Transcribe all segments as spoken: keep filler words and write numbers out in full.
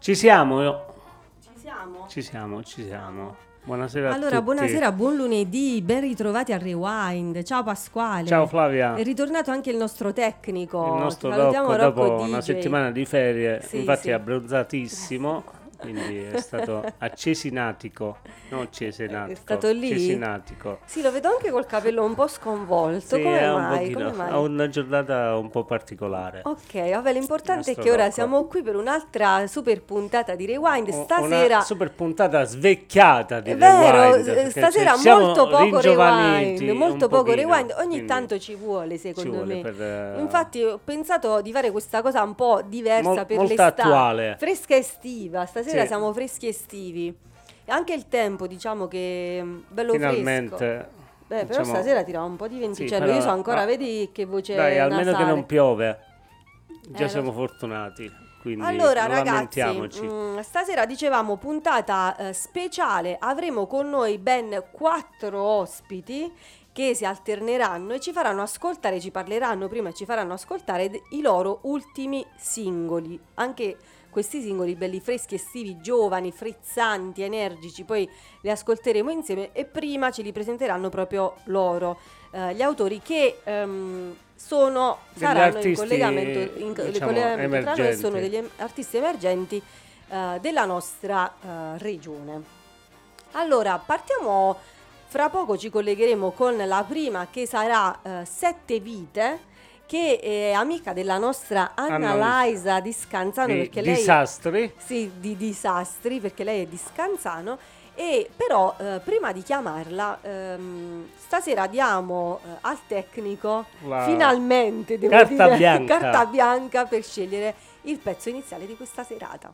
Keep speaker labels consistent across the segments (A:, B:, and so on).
A: Ci siamo?
B: Ci siamo?
A: Ci siamo, ci siamo. Buonasera
B: allora,
A: a tutti.
B: buonasera, buon lunedì, ben ritrovati al Rewind. Ciao Pasquale.
A: Ciao Flavia.
B: È ritornato anche il nostro tecnico.
A: Il nostro
B: Ti salutiamo,
A: Rocco, dopo
B: Rocco
A: una
B: D J.
A: settimana di ferie,
B: Sì,
A: infatti
B: sì.
A: è abbronzatissimo, quindi è stato a Cesinatico, non Cesenatico.
B: È stato lì?
A: Cesinatico.
B: Sì, lo vedo anche col capello un po' sconvolto.
A: Sì,
B: Come
A: è un
B: mai?
A: pochino,
B: Come mai?
A: ha una giornata un po' particolare.
B: Ok, vabbè, l'importante è
A: Nostro
B: che ora
A: Rocco.
B: siamo qui per un'altra super puntata di Rewind.
A: O-
B: Stasera
A: Una super puntata svecchiata di
B: è vero,
A: Rewind,
B: s-
A: perché
B: stasera
A: ci siamo
B: molto poco
A: ringiovaniti
B: rewind, molto
A: un
B: poco
A: pochino,
B: rewind, ogni
A: quindi
B: tanto ci vuole
A: ci
B: secondo
A: vuole
B: me.
A: per, eh,
B: Infatti ho pensato di fare questa cosa un po' diversa
A: Mol-
B: per
A: molto
B: l'estate,
A: attuale.
B: fresca estiva, stasera
A: Sì.
B: siamo freschi estivi. E anche il tempo diciamo che mh, bello fresco.
A: finalmente.
B: Beh, però
A: diciamo-
B: stasera tira un po' di venticello,
A: però-
B: io so ancora,
A: ah,
B: vedi che voce
A: Dai, almeno
B: nasale.
A: che non piove. Già
B: Eh,
A: siamo
B: lo so.
A: fortunati, quindi
B: Allora
A: non
B: ragazzi,
A: lamentiamoci.
B: mh, stasera dicevamo puntata eh, speciale, avremo con noi ben quattro ospiti che si alterneranno e ci faranno ascoltare, ci parleranno prima e ci faranno ascoltare d- i loro ultimi singoli, anche questi singoli belli freschi, estivi, giovani, frizzanti, energici, poi li ascolteremo insieme e prima ce li presenteranno proprio loro, eh, gli autori che ehm, sono,
A: Degli
B: saranno in
A: artisti,
B: collegamento, in co-
A: diciamo,
B: collegamento tra noi,
A: emergenti.
B: sono degli em- artisti emergenti eh, della nostra eh, regione. Allora, partiamo, fra poco ci collegheremo con la prima che sarà eh, Sette Vite, che è amica della nostra Anna
A: Anna
B: Laisa di Scanzano,
A: Di
B: perché lei
A: disastri.
B: sì, di disastri, perché lei è di Scanzano. E però eh, prima di chiamarla ehm, stasera diamo eh, al tecnico
A: La
B: finalmente devo
A: carta
B: dire,
A: bianca.
B: carta bianca per scegliere il pezzo iniziale di questa serata.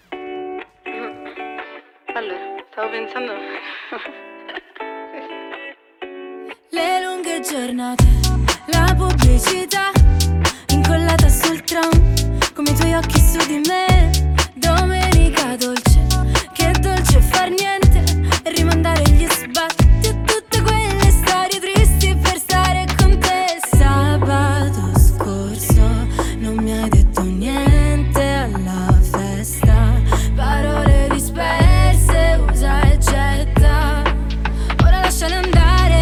C: Allora, stavo pensando.
D: Le lunghe giornate, la pubblicità incollata sul tram, come i tuoi occhi su di me. Domenica dolce, che dolce far niente e rimandare gli sbatti e tutte quelle storie tristi per stare con te. Sabato scorso non mi hai detto niente alla festa, parole disperse, usa e getta. Ora lasciale andare,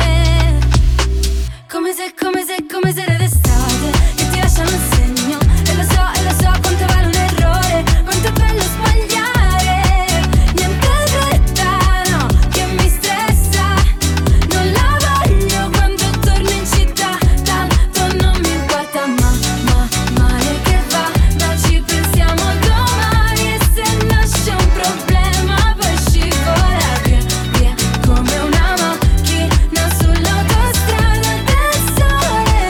D: come se, come se, come se era d'estate, che ti lasciano un segno. E lo so, e lo so quanto vale un errore, quanto è bello sbagliare. Niente fretta, no, che mi stressa. Non la voglio quando torno in città, tanto non mi importa. Ma, ma, male che va, ma ci pensiamo domani. E se nasce un problema poi scivola via, via, come una macchina sull'autostrada del sole,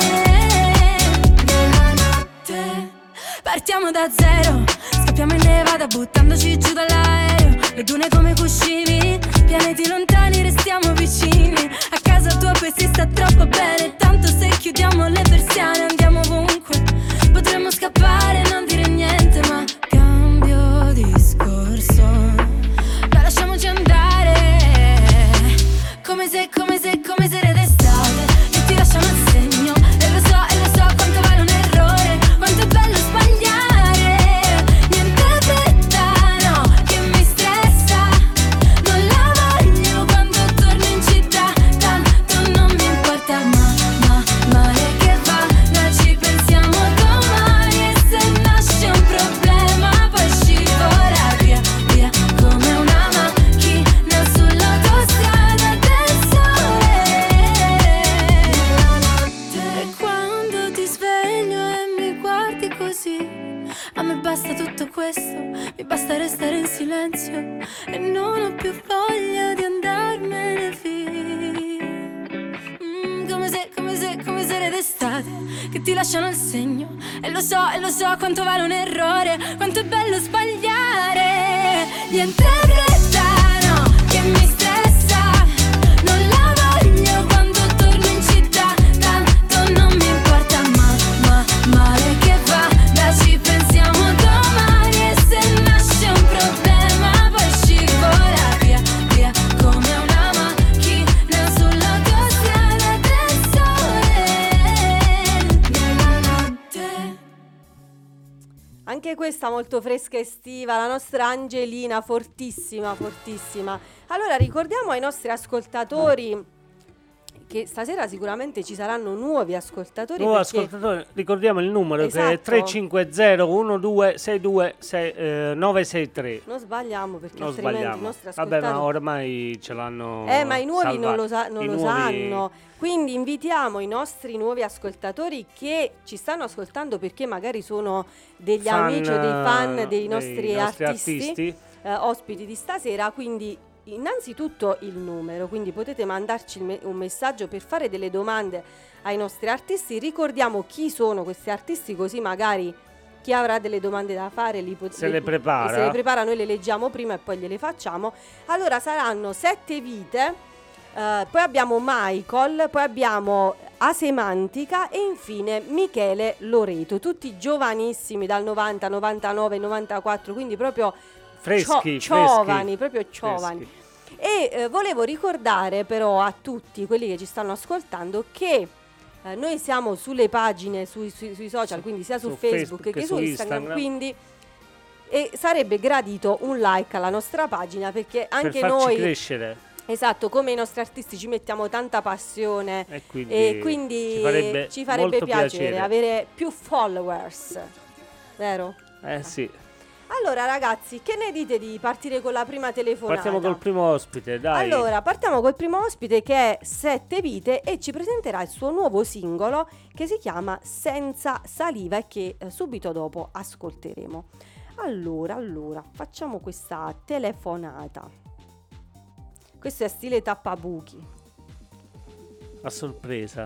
D: della notte. Partiamo da zero, scappiamo in Nevada buttandoci giù dall'aereo. Le dune come cuscini, pianeti lontani restiamo vicini. A casa tua poi si sta troppo bene, tanto se chiudiamo le persiane andiamo ovunque. Potremmo scappare e non dire niente, ma cambio discorso, dai, lasciamoci andare. Come se, come se, come se era d'estate, che ti lasciano il segno. E lo so, e lo so quanto vale un errore, quanto è bello sbagliare. Niente fretta, no, che mi stressa. Non la voglio quando torno in città, tanto non mi importa. Ma, ma, male che va, noi ci pensiamo domani. E se nasce un problema poi scivola via, via, come una macchina sull'autostrada del sole, della notte. E quando ti sveglio e mi guardi così, a me basta tutto questo, mi basta restare in silenzio e non ho più voglia di andarmene via. Mm, come se, come se, come se era d'estate, che ti lasciano il segno. E lo so, e lo so quanto vale un errore, quanto è bello sbagliare. Niente fretta, no, che mi stressa. Non la voglio quando torno in città, tanto non mi importa. Ma, ma, male che va, dai, ci pensiamo domani. E se nasce un problema poi scivola via, via, come una macchina sull'autostrada del sole, della notte.
B: Anche questa molto fresca estiva, la nostra Angelina, fortissima, fortissima. Allora ricordiamo ai nostri ascoltatori che stasera sicuramente ci saranno nuovi ascoltatori.
A: Nuovo
B: perché...
A: ascoltatore, ricordiamo il numero
B: Esatto.
A: che è tre cinque zero uno due sei due nove sei tre.
B: Non sbagliamo perché
A: Non
B: altrimenti
A: sbagliamo.
B: i nostri
A: Vabbè,
B: ascoltatori...
A: ma ormai ce l'hanno
B: Eh, ma i nuovi
A: salvato.
B: non lo, sa- non
A: I
B: lo
A: nuovi-
B: sanno. Quindi invitiamo i nostri nuovi ascoltatori che ci stanno ascoltando perché magari sono degli
A: Fan,
B: amici o dei fan dei
A: dei
B: nostri,
A: nostri
B: artisti,
A: artisti.
B: eh, ospiti di stasera. Quindi innanzitutto il numero, quindi potete mandarci il me- un messaggio per fare delle domande ai nostri artisti. Ricordiamo chi sono questi artisti, così magari chi avrà delle domande da fare li pot-
A: Se le prepara.
B: se le prepara, noi le leggiamo prima e poi gliele facciamo. Allora saranno Sette Vite, eh, poi abbiamo Michael, poi abbiamo Asemantica e infine Michele Loreto, tutti giovanissimi dal novanta, novantanove, novantaquattro, quindi proprio
A: Freschi,
B: cio- giovani, proprio giovani. E eh, volevo ricordare però a tutti quelli che ci stanno ascoltando che eh, noi siamo sulle pagine sui, sui, sui social,
A: Su-
B: quindi sia su,
A: su
B: Facebook,
A: Facebook
B: che
A: che
B: su
A: su
B: Instagram,
A: Instagram.
B: quindi e sarebbe gradito un like alla nostra pagina, perché anche
A: per farci
B: noi,
A: crescere,
B: esatto, come i nostri artisti ci mettiamo tanta passione
A: e quindi,
B: e quindi
A: ci farebbe,
B: ci farebbe
A: molto
B: piacere,
A: piacere.
B: avere più followers, vero?
A: Eh sì,
B: Allora ragazzi, che ne dite di partire con la prima telefonata?
A: partiamo col primo ospite, dai.
B: Allora, partiamo col primo ospite che è Sette Vite e ci presenterà il suo nuovo singolo che si chiama Senza Saliva e che eh, subito dopo ascolteremo. Allora, allora, facciamo questa telefonata. Questo è stile tappabuchi.
A: A sorpresa.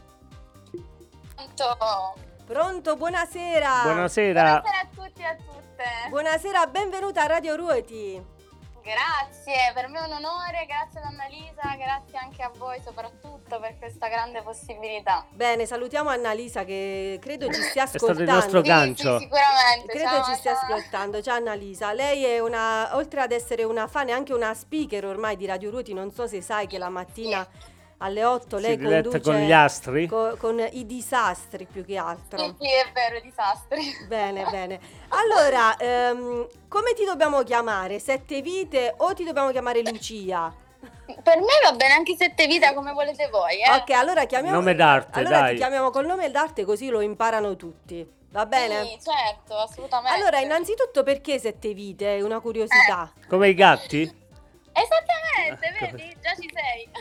C: Pronto?
B: Pronto, buonasera.
A: Buonasera.
C: Buonasera a tutti e a tutte.
B: Buonasera, benvenuta a Radio Ruoti.
C: Grazie, per me è un onore, grazie ad Annalisa, grazie anche a voi soprattutto per questa grande possibilità.
B: Bene, salutiamo Annalisa che credo ci stia
A: È stato
B: ascoltando.
A: il nostro
C: Sì,
A: gancio.
C: sì, sicuramente.
B: Credo
C: Ciao,
B: ci stia
C: ciao.
B: ascoltando. Ciao Annalisa, lei è una, oltre ad essere una fan, è anche una speaker ormai di Radio Ruoti. Non so se sai che la mattina alle otto lei
A: Si diretta
B: conduce
A: con gli astri.
B: co- con i disastri più che altro.
C: Sì, sì, è vero, i disastri.
B: Bene, bene. Allora, ehm, come ti dobbiamo chiamare? Sette Vite o ti dobbiamo chiamare Lucia?
C: Per me va bene anche Sette Vite come volete voi, eh.
B: Ok, allora chiamiamo
A: Nome d'arte,
B: allora
A: dai.
B: ti chiamiamo col nome d'arte così lo imparano tutti. Va bene?
C: Sì, certo, assolutamente.
B: Allora, innanzitutto perché Sette Vite? È una curiosità.
A: Come i gatti?
C: Esattamente,
A: Ecco.
C: vedi? Già ci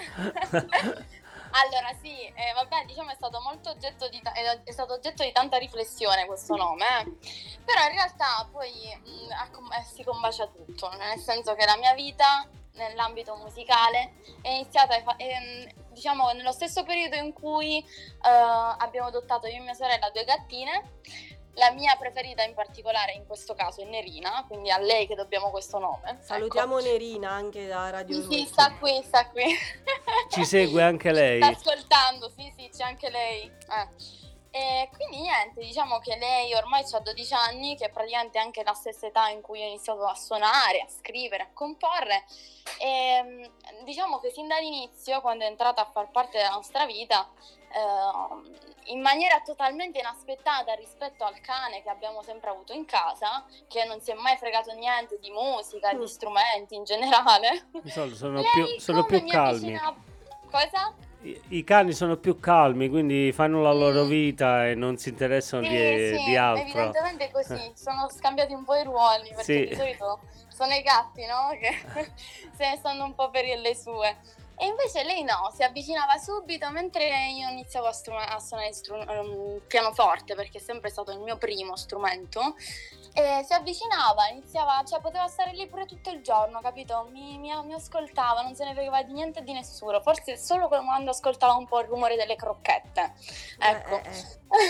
C: sei. Allora sì, eh, vabbè, diciamo è stato molto oggetto di ta- è è stato oggetto di tanta riflessione questo nome, eh. Però in realtà poi mh, ha com- eh, si combacia tutto, nel senso che la mia vita nell'ambito musicale è iniziata ai fa- ehm, diciamo nello stesso periodo in cui eh, abbiamo adottato io e mia sorella due gattine. La mia preferita in particolare in questo caso è Nerina, quindi a lei che dobbiamo questo nome.
B: Salutiamo
C: Ecco.
B: Nerina anche da Radio
C: Sì,
B: Ruoti.
C: sì, sta qui, sta qui.
A: Ci segue anche lei.
C: Sta ascoltando, sì, sì, c'è anche lei. Eh. E quindi niente, diciamo che lei ormai ha dodici anni, che è praticamente anche la stessa età in cui ho iniziato a suonare, a scrivere, a comporre. E mh, diciamo che sin dall'inizio, quando è entrata a far parte della nostra vita, eh, in maniera totalmente inaspettata rispetto al cane che abbiamo sempre avuto in casa, che non si è mai fregato niente di musica,
B: Mm.
C: di strumenti in generale.
A: Di solito sono
C: lei
A: più, sono
C: come
A: più
C: mi
A: calmi.
C: avvicina- Cosa?
A: I, i cani sono più calmi, quindi fanno la loro
C: Mm.
A: vita e non si interessano
C: Sì,
A: di,
C: sì,
A: di altro.
C: evidentemente è così, sono scambiati un po' i ruoli, perché
A: Sì.
C: di solito sono i gatti, no? Che se ne stanno un po' per le sue. E invece lei no, si avvicinava subito mentre io iniziavo a, stru- a suonare stru- um, pianoforte, perché è sempre stato il mio primo strumento. E si avvicinava, iniziava, cioè poteva stare lì pure tutto il giorno, capito? Mi, mi, mi ascoltava, non se ne fregava di niente e di nessuno, forse solo quando ascoltava un po' il rumore delle crocchette. Ecco.
B: Eh,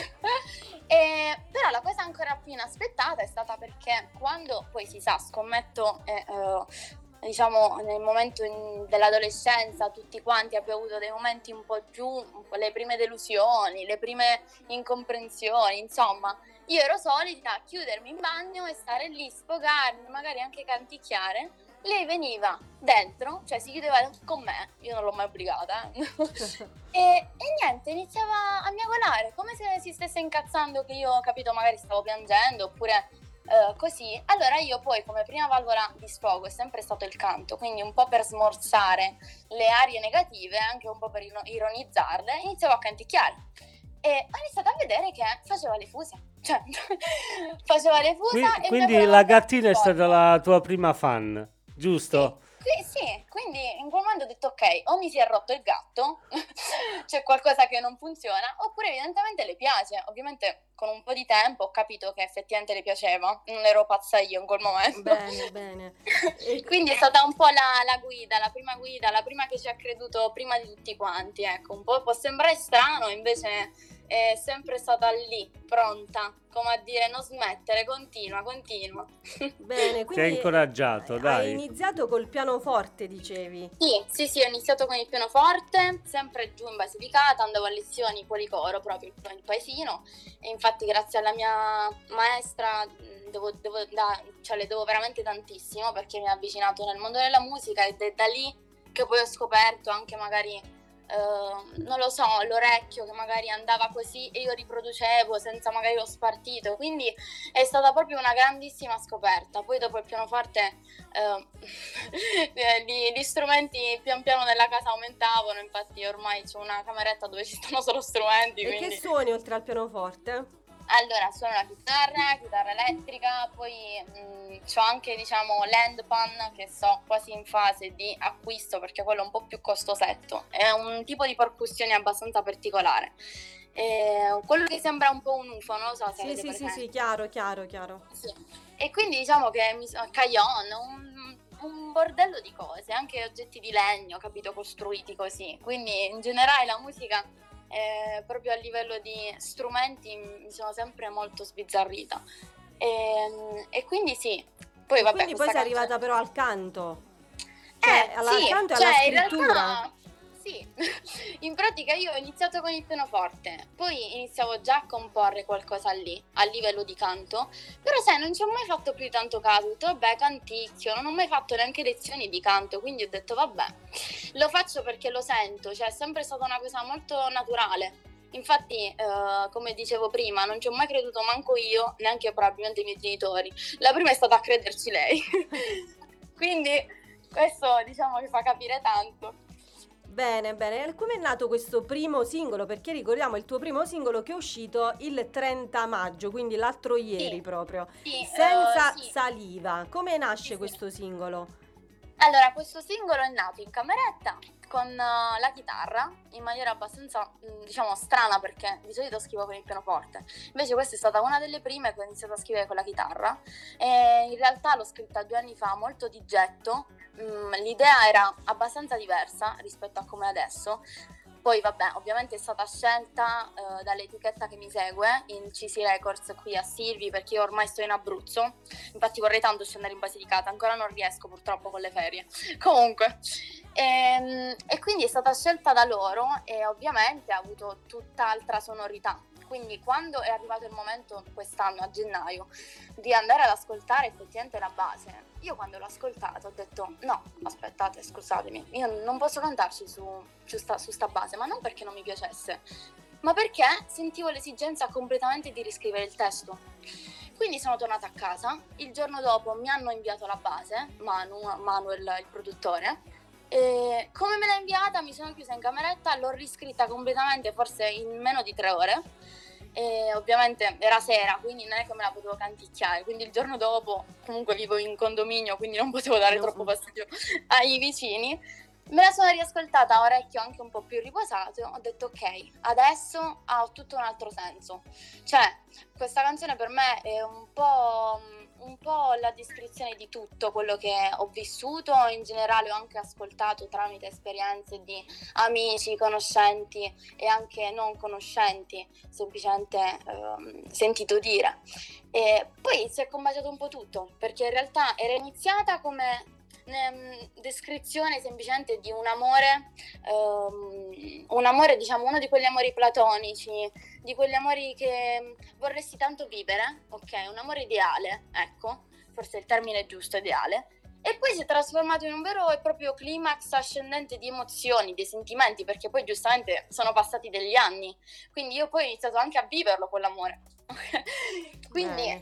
B: eh,
C: E, però la cosa ancora più inaspettata è stata perché quando poi si sa, scommetto, eh, eh, diciamo nel momento in- dell'adolescenza tutti quanti abbiamo avuto dei momenti un po' più, un po' le prime delusioni, le prime incomprensioni, insomma, io ero solita chiudermi in bagno e stare lì, sfogarmi, magari anche canticchiare. Lei veniva dentro, cioè si chiudeva con me, io non l'ho mai obbligata, eh. e, e niente, iniziava a miagolare, come se si stesse incazzando che io, capito, magari stavo piangendo, oppure eh, così, allora io poi come prima valvola di sfogo è sempre stato il canto, quindi un po' per smorzare le arie negative, anche un po' per iro- ironizzarle, iniziavo a canticchiare. E ho iniziato a vedere che faceva le fusa, cioè faceva le fusa
A: Qui-
C: e mi
A: quindi
C: aveva
A: la
C: dato
A: gattina è
C: il
A: stata
C: colpo.
A: la tua prima fan, giusto?
C: Sì, sì, quindi in quel momento ho detto ok, o mi si è rotto il gatto, c'è qualcosa che non funziona, oppure evidentemente le piace. Ovviamente con un po' di tempo ho capito che effettivamente le piaceva, non ero pazza io in quel momento.
B: Bene, bene. E-
C: Quindi è stata un po' la, la guida, la prima guida, la prima che ci ha creduto prima di tutti quanti, ecco, un po' può sembrare strano, invece è sempre stata lì, pronta, come a dire non smettere, continua, continua.
B: Bene,
A: Ti ha
B: quindi
A: incoraggiato,
B: hai
A: dai.
B: iniziato col pianoforte, dicevi.
C: Sì, sì, sì, ho iniziato con il pianoforte, sempre giù in Basilicata, andavo a lezioni fuori coro, proprio in in paesino, e infatti grazie alla mia maestra mh, devo, devo da- cioè, le devo veramente tantissimo perché mi ha avvicinato nel mondo della musica ed è da lì che poi ho scoperto anche magari, eh, non lo so, l'orecchio che magari andava così e io riproducevo senza magari lo spartito, quindi è stata proprio una grandissima scoperta. Poi dopo il pianoforte eh, gli, gli strumenti pian piano nella casa aumentavano, infatti ormai c'è una cameretta dove ci stanno solo strumenti,
B: E che
C: quindi...
B: suoni oltre al pianoforte?
C: Allora, suono la chitarra, chitarra elettrica, poi ho anche, diciamo, l'handpan che sto quasi in fase di acquisto perché quello è un po' più costosetto. È un tipo di percussione abbastanza particolare. Eh, quello che sembra un po' un U F O, non lo so se
B: Sì,
C: avete
B: sì, sì,
C: presente.
B: sì, chiaro, chiaro, chiaro.
C: Sì. E quindi diciamo che mi sono caillon, un, un bordello di cose, anche oggetti di legno, capito, costruiti così. Quindi in generale la musica, eh, proprio a livello di strumenti, mi sono sempre molto sbizzarrita. E, e quindi sì, poi vabbè,
B: Quindi poi
C: questa
B: sei arrivata
C: canzone...
B: però al canto.
C: Eh,
B: Cioè, alla- al
C: sì,
B: canto e alla
C: cioè in
B: scrittura.
C: realtà sì, in pratica io ho iniziato con il pianoforte, poi iniziavo già a comporre qualcosa lì, a livello di canto, però sai, non ci ho mai fatto più tanto caso, ho detto vabbè, canticchio, non ho mai fatto neanche lezioni di canto, quindi ho detto vabbè, lo faccio perché lo sento, cioè è sempre stata una cosa molto naturale. Infatti, eh, come dicevo prima, non ci ho mai creduto manco io, neanche probabilmente i miei genitori. La prima è stata a crederci lei. Quindi questo diciamo che fa capire tanto.
B: Bene, bene. E come è nato questo primo singolo? Perché ricordiamo il tuo primo singolo che è uscito il trenta maggio, quindi l'altro ieri
C: Sì,
B: proprio.
C: sì,
B: Senza
C: eh, sì.
B: saliva. Come nasce
C: Sì, sì.
B: questo singolo?
C: Allora, questo singolo è nato in cameretta con uh, la chitarra in maniera abbastanza, mh, diciamo, strana perché di solito scrivo con il pianoforte. Invece questa è stata una delle prime che ho iniziato a scrivere con la chitarra e in realtà l'ho scritta due anni fa, molto di getto. Mm, l'idea era abbastanza diversa rispetto a come è adesso. Poi vabbè, ovviamente è stata scelta uh, dall'etichetta che mi segue, in C C Records qui a Silvi, perché io ormai sto in Abruzzo, infatti vorrei tanto scendere in Basilicata, ancora non riesco purtroppo con le ferie. Comunque, ehm, e quindi è stata scelta da loro e ovviamente ha avuto tutt'altra sonorità. Quindi quando è arrivato il momento quest'anno a gennaio di andare ad ascoltare effettivamente la base, io quando l'ho ascoltato ho detto no, aspettate, scusatemi, io non posso cantarci su, su, sta, su sta base, ma non perché non mi piacesse, ma perché sentivo l'esigenza completamente di riscrivere il testo. Quindi sono tornata a casa, il giorno dopo mi hanno inviato la base, Manu, Manuel il produttore, e come me l'ha inviata mi sono chiusa in cameretta, l'ho riscritta completamente forse in meno di tre ore e ovviamente era sera, quindi non è che me la potevo canticchiare, quindi il giorno dopo comunque vivo in condominio, quindi non potevo dare
B: No.
C: troppo fastidio ai vicini. Me la sono riascoltata a orecchio anche un po' più riposato, ho detto ok, adesso ha tutto un altro senso, cioè questa canzone per me è un po', un po' la descrizione di tutto quello che ho vissuto, in generale ho anche ascoltato tramite esperienze di amici, conoscenti e anche non conoscenti, semplicemente ehm, sentito dire. E poi si è combaciato un po' tutto, perché in realtà era iniziata come descrizione semplicemente di un amore, um, un amore diciamo uno di quegli amori platonici, di quegli amori che vorresti tanto vivere, ok, un amore ideale, ecco, forse il termine è giusto, ideale, e poi si è trasformato in un vero e proprio climax ascendente di emozioni, di sentimenti, perché poi giustamente sono passati degli anni, quindi io poi ho iniziato anche a viverlo quell'amore. Quindi
B: Bene.
C: ha,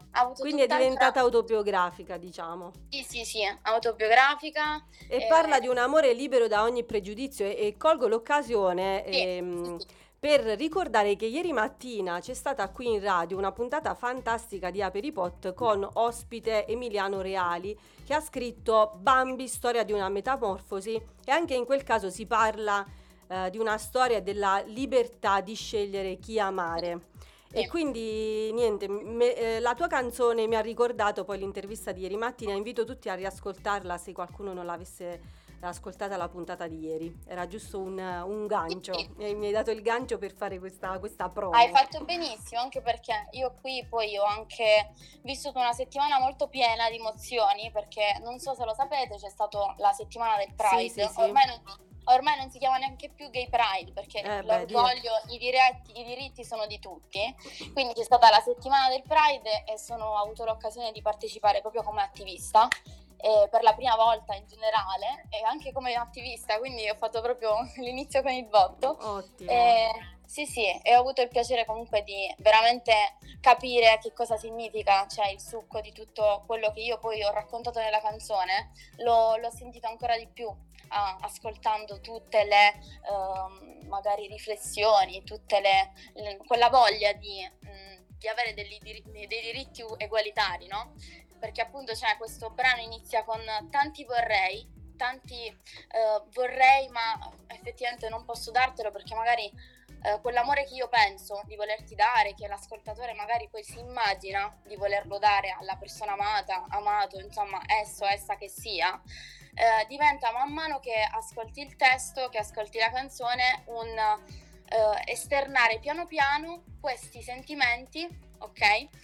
C: Ha avuto
B: Quindi è
C: tutt'altra-
B: diventata autobiografica, diciamo.
C: Sì, sì, sì, autobiografica.
B: E
C: eh,
B: parla di un amore libero da ogni pregiudizio e, e colgo l'occasione
C: Sì,
B: ehm,
C: sì, sì.
B: per ricordare che ieri mattina c'è stata qui in radio una puntata fantastica di Aperipot con ospite Emiliano Reali, che ha scritto Bambi, storia di una metamorfosi, e anche in quel caso si parla eh, di una storia della libertà di scegliere chi amare.
C: Sì.
B: E quindi niente, me- eh, la tua canzone mi ha ricordato poi l'intervista di ieri mattina. Invito tutti a riascoltarla se qualcuno non l'avesse ascoltata la puntata di ieri. Era giusto un, un gancio,
C: Sì.
B: e mi hai dato il gancio per fare questa, questa promo.
C: Hai fatto benissimo, anche perché io qui poi ho anche vissuto una settimana molto piena di emozioni, perché non so se lo sapete, c'è stata la settimana del Pride.
B: Sì, sì, sì.
C: Ormai, non, ormai non si chiama neanche più Gay Pride, perché
B: Eh, beh,
C: l'orgoglio, i diritti, i diritti sono di tutti. Quindi c'è stata la settimana del Pride e sono, ho avuto l'occasione di partecipare proprio come attivista. Eh, per la prima volta in generale e anche come attivista, quindi ho fatto proprio l'inizio con il botto.
B: Ottimo.
C: Eh, sì, sì, e ho avuto il piacere comunque di veramente capire che cosa significa, cioè il succo di tutto quello che io poi ho raccontato nella canzone, l'ho, l'ho sentito ancora di più ah, ascoltando tutte le ehm, magari riflessioni, tutte le, le- quella voglia di, mh, di avere dei, diri- dei diritti egualitari, no? Perché appunto cioè, questo brano inizia con tanti vorrei, tanti eh, vorrei, ma effettivamente non posso dartelo perché magari eh, quell'amore che io penso di volerti dare, che l'ascoltatore magari poi si immagina di volerlo dare alla persona amata, amato, insomma esso, essa che sia, eh, diventa man mano che ascolti il testo, che ascolti la canzone, un eh, esternare piano piano questi sentimenti, ok?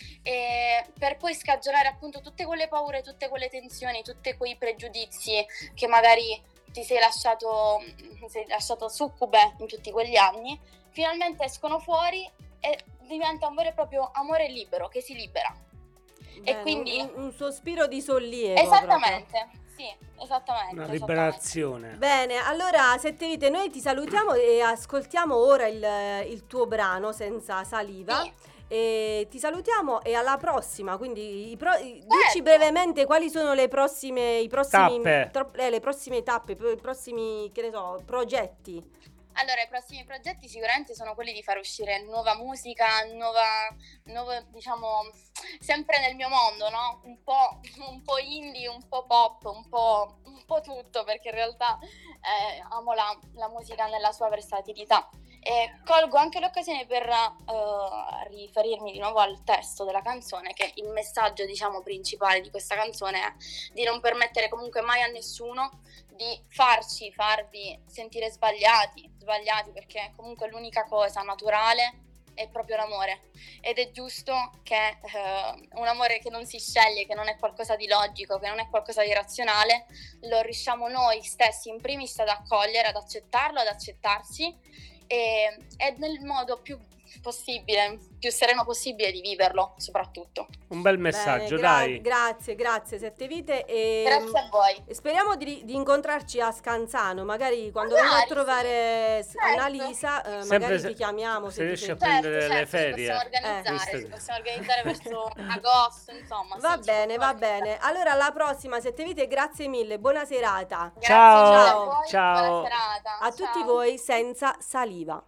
C: E per poi scagionare appunto tutte quelle paure, tutte quelle tensioni, tutti quei pregiudizi che magari ti sei lasciato, sei lasciato succube in tutti quegli anni, finalmente escono fuori e diventa un vero e proprio amore libero che si libera.
B: Bene,
C: e quindi
B: un, un sospiro di sollievo.
C: esattamente, sì, esattamente.
A: Una
C: esattamente.
A: liberazione.
B: Bene, allora Sette Vite, noi ti salutiamo e ascoltiamo ora il, il tuo brano Senza Saliva.
C: Sì.
B: E ti salutiamo e alla prossima. Quindi i pro- i-
C: Certo.
B: dici brevemente quali sono le prossime i prossimi
A: Tappe.
B: tro- eh, le prossime tappe, i prossimi, che ne so, progetti.
C: Allora, i prossimi progetti sicuramente sono quelli di far uscire nuova musica, nuova, nuovo, diciamo, sempre nel mio mondo, no? Un po', un po' indie, un po' pop, un po', un po' tutto, perché in realtà eh, amo la, la musica nella sua versatilità. E colgo anche l'occasione per uh, riferirmi di nuovo al testo della canzone, che il messaggio, diciamo, principale di questa canzone è di non permettere comunque mai a nessuno di farci, farvi sentire sbagliati, sbagliati perché comunque l'unica cosa naturale è proprio l'amore ed è giusto che eh, un amore che non si sceglie, che non è qualcosa di logico, che non è qualcosa di razionale, lo riusciamo noi stessi in primis ad accogliere, ad accettarlo, ad accettarsi e, e nel modo più possibile, più sereno possibile di viverlo soprattutto.
A: Un bel messaggio,
B: Bene, gra-
A: dai.
B: Grazie, grazie Sette Vite e
C: Grazie a voi.
B: e speriamo di, di incontrarci a Scanzano, magari quando
C: Magari,
B: vengo a trovare s-
C: certo.
B: Annalisa, eh,
A: Sempre
B: magari
A: se-
B: ti chiamiamo
A: se
B: se ti
A: riesci a
B: senti-
A: prendere
C: Certo,
A: le
C: certo,
A: ferie.
C: ci possiamo organizzare,
A: Visto
C: ci
A: che-
C: possiamo organizzare verso agosto, insomma.
B: Va
C: sì, ci
B: bene, va
C: possiamo
B: bene. Allora alla prossima Sette Vite, grazie mille, buona serata.
C: Grazie
A: Ciao,
C: mille a voi,
A: ciao.
C: buona serata.
B: A
C: Ciao.
B: tutti voi Senza Saliva.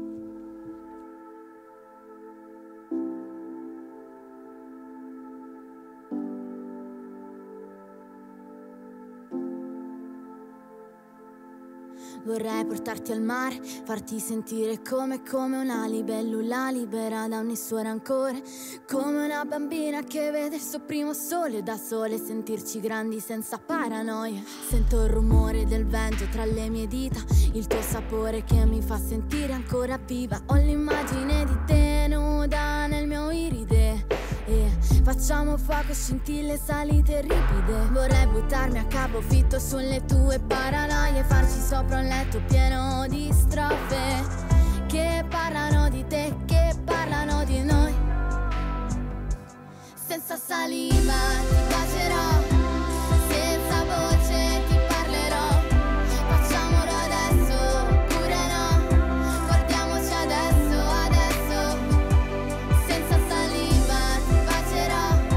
D: Vorrei portarti al mare, farti sentire come, come una libellula libera da ogni suo rancore, come una bambina che vede il suo primo sole da sole, sentirci grandi senza paranoia. Sento il rumore del vento tra le mie dita, il tuo sapore che mi fa sentire ancora viva. Ho l'immagine di te nuda nel mio iride e facciamo fuoco, scintille, salite ripide. Vorrei buttarmi a capofitto sulle tue paranoie, farci sopra un letto pieno di strofe che parlano di te, che parlano di noi. Senza saliva ti bacerò, senza voce ti parlerò. Facciamolo adesso, oppure no, guardiamoci adesso, adesso. Senza saliva ti bacerò,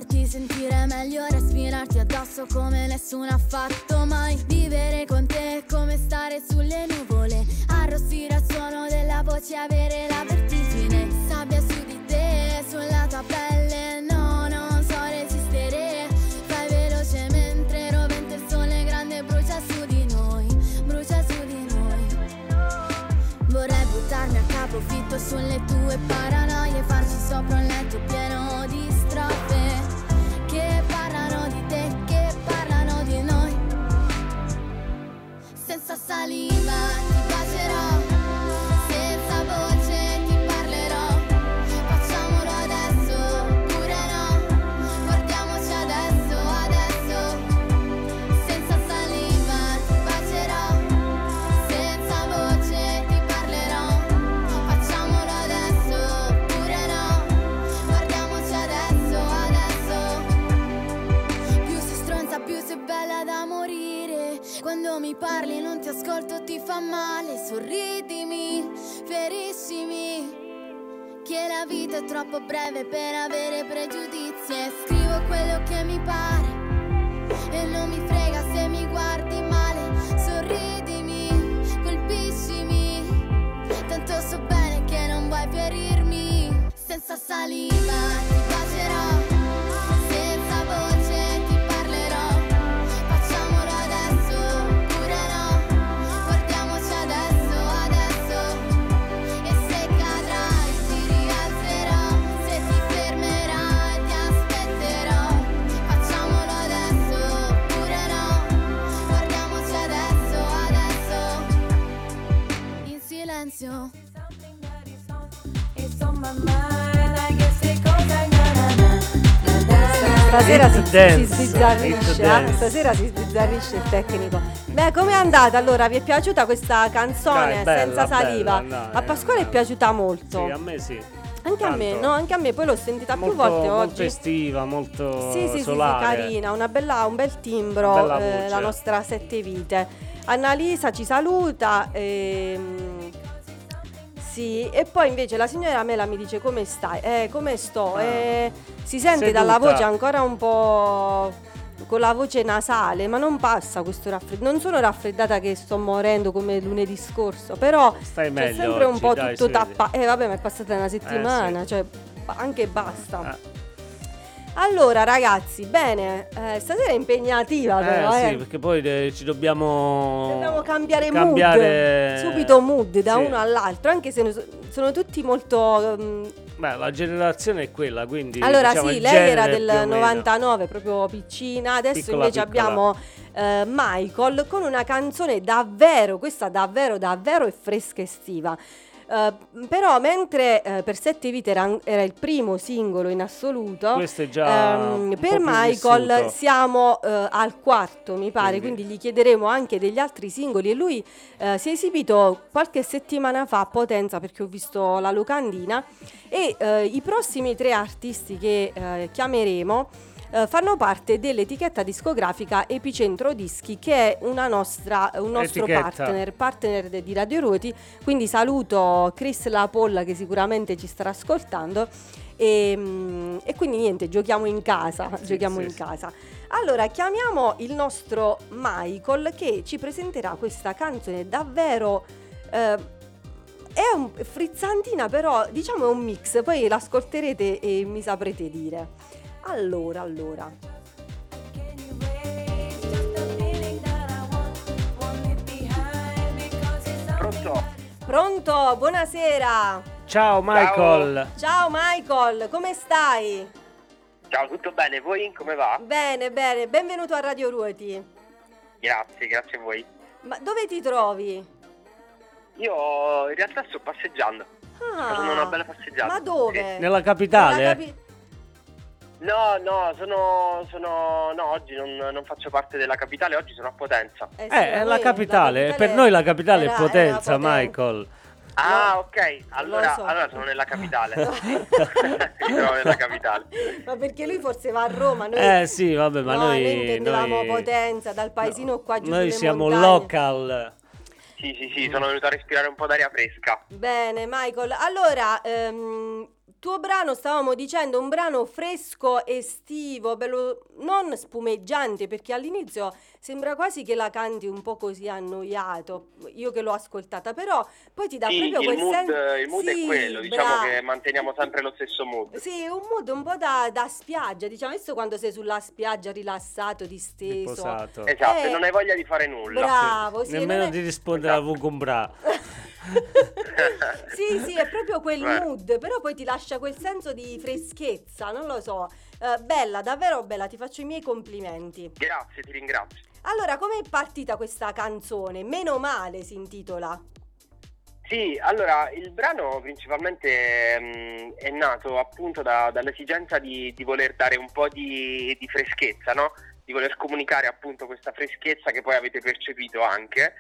D: farti sentire meglio, respirarti addosso come nessuno ha fatto mai. Vivere con te è come stare sulle nuvole, arrossire al suono della voce, avere la vertigine. Sabbia su di te, sulla tua pelle, no, non so resistere. Fai veloce mentre rovente il sole grande, brucia su di noi, brucia su di noi. Vorrei buttarmi a capofitto sulle tue paranoie, farci sopra un letto pieno di strofe che parlano di te, che parlano di noi. Senza saliva ti bacerò, senza voce ti parlerò. Facciamolo adesso, oppure no, guardiamoci adesso, adesso. Senza saliva ti bacerò, senza voce ti parlerò. Facciamolo adesso, oppure no, guardiamoci adesso, adesso. Più sei stronza, più sei bella da morire. Quando mi parli non ti ascolto, ti fa male. Sorridimi, feriscimi, che la vita è troppo breve per avere pregiudizi. E scrivo quello che mi pare e non mi frega se mi guardi male. Sorridimi, colpiscimi, tanto so bene che non vuoi ferirmi. Senza saliva ti bacerò, senza voce ti parlerò. Facciamolo adesso, oppure no, guardiamoci adesso, adesso. E se cadrai ti rialzerò, se ti fermerai ti aspetterò. Facciamolo adesso, oppure no, guardiamoci adesso, adesso. In silenzio.
B: Stasera si,
A: Hit
B: si
A: dance,
B: sbizzarrisce,
A: hit
B: eh?
A: dance.
B: Stasera si sbizzarrisce il tecnico. Beh, com'è andata allora? Vi è piaciuta questa canzone
A: Dai, bella,
B: senza saliva?
A: bella, dai,
B: a Pasquale è
A: bella.
B: piaciuta molto.
A: Sì, a me sì.
B: Anche a me,
A: Tanto.
B: no? Anche a me, poi l'ho sentita più
A: Molto,
B: volte
A: molto
B: oggi.
A: estiva, molto
B: Sì, sì, sì, sì,
A: solare.
B: carina, una bella, un bel timbro,
A: Una bella
B: eh,
A: voce.
B: la nostra Sette Vite. Annalisa ci saluta. ehm, Sì, e poi invece la signora Mela mi dice come stai? Eh, come sto?
A: Ah.
B: Eh, si sente
A: Seduta.
B: dalla voce ancora un po' con la voce nasale, ma non passa questo raffreddore. Non sono raffreddata che sto morendo come lunedì scorso, però
A: Stai
B: c'è
A: meglio
B: sempre un
A: oggi,
B: po'
A: dai,
B: tutto
A: si vede.
B: tappato. Eh vabbè, ma è passata una settimana,
A: sì.
B: cioè ba- anche basta.
A: Ah.
B: Allora ragazzi, bene, eh, stasera è impegnativa però,
A: Eh
B: eh.
A: sì, perché poi eh, ci dobbiamo
B: Dobbiamo cambiare,
A: cambiare-
B: mood, subito mood da
A: Sì.
B: uno all'altro, anche se ne so- sono tutti molto... mm,
A: Beh, la generazione è quella, quindi
B: allora
A: diciamo,
B: sì,
A: il
B: lei era
A: genere più o
B: del
A: meno.
B: novantanove, proprio piccina, adesso
A: Piccola,
B: invece
A: piccola.
B: abbiamo eh, Michael con una canzone davvero, questa davvero, davvero è fresca estiva. Eh, però mentre eh, per Sette Vite era, era il primo singolo in assoluto,
A: Questo è già un po'
B: per
A: più
B: Michael
A: vissuto.
B: siamo eh, al quarto mi pare,
A: Quindi.
B: quindi gli chiederemo anche degli altri singoli e lui eh, si è esibito qualche settimana fa a Potenza, perché ho visto la locandina, e eh, i prossimi tre artisti che eh, chiameremo eh, fanno parte dell'etichetta discografica Epicentro Dischi, che è una nostra, un nostro
A: Etichetta.
B: partner, partner de- di Radio Ruoti, quindi saluto Chris Lapolla che sicuramente ci starà ascoltando. E, mm, e quindi niente, giochiamo in casa,
A: Sì,
B: giochiamo
A: sì,
B: in
A: sì.
B: casa. Allora chiamiamo il nostro Michael che ci presenterà questa canzone davvero eh, è un, frizzantina, però diciamo è un mix, poi l'ascolterete e mi saprete dire. Allora, allora
E: Pronto?
B: pronto, buonasera.
A: Ciao Michael.
B: Ciao Michael, come stai?
E: Ciao, tutto bene? Voi come va?
B: Bene, bene, benvenuto a Radio Ruoti.
E: Grazie, grazie a voi.
B: Ma dove ti trovi?
E: Io in realtà sto passeggiando.
B: Ah,
E: Facendo una bella passeggiata.
B: ma dove?
A: Nella capitale?
B: Nella capi-
E: No, no, sono, sono no, oggi non, non faccio parte della capitale, oggi sono a Potenza.
B: Eh, sì,
A: Eh, è
B: ma
A: la
B: noi-
A: capitale,
B: la
A: per noi la capitale
B: era-
A: è
B: era
A: Potenza,
B: Potenza.
A: Michael.
E: Ah,
B: No,
E: ok, allora,
B: lo so.
E: allora sono nella capitale. Mi trovo nella capitale.
B: Ma perché lui forse va a Roma, noi,
A: Eh sì, vabbè, ma
B: no,
A: noi,
B: noi intendevamo
A: noi-
B: Potenza, dal paesino qua giù
A: Noi
B: sulle
A: siamo
B: montagne.
A: local.
E: Sì, sì, sì, sono venuto a respirare un po' d'aria fresca.
B: Bene Michael, allora ehm, tuo brano, stavamo dicendo, un brano fresco, estivo, bello, non spumeggiante, perché all'inizio sembra quasi che la canti un po' così annoiato, io che l'ho ascoltata, però poi ti dà
E: Sì,
B: proprio
E: il
B: quel
E: mood,
B: senso...
E: il mood
B: Sì,
E: è quello, diciamo
B: bravo.
E: che manteniamo sempre lo stesso mood.
B: Sì, un mood un po' da, da spiaggia, diciamo, adesso quando sei sulla spiaggia rilassato, disteso.
A: Riposato.
E: Esatto,
B: Eh,
E: e non hai voglia di fare nulla.
B: Bravo, sì,
A: Nemmeno
B: non è-
A: di rispondere a Vugombra.
B: Sì, sì, è proprio quel
E: Beh.
B: mood, però poi ti lascia quel senso di freschezza, non lo so. Eh, bella, davvero bella, ti faccio i miei complimenti.
E: Grazie, ti ringrazio.
B: Allora, com'è partita questa canzone? Meno male si intitola.
E: Sì, allora il brano principalmente mh, è nato appunto da- dall'esigenza di, di voler dare un po' di, di freschezza, no? Di voler comunicare appunto questa freschezza che poi avete percepito anche.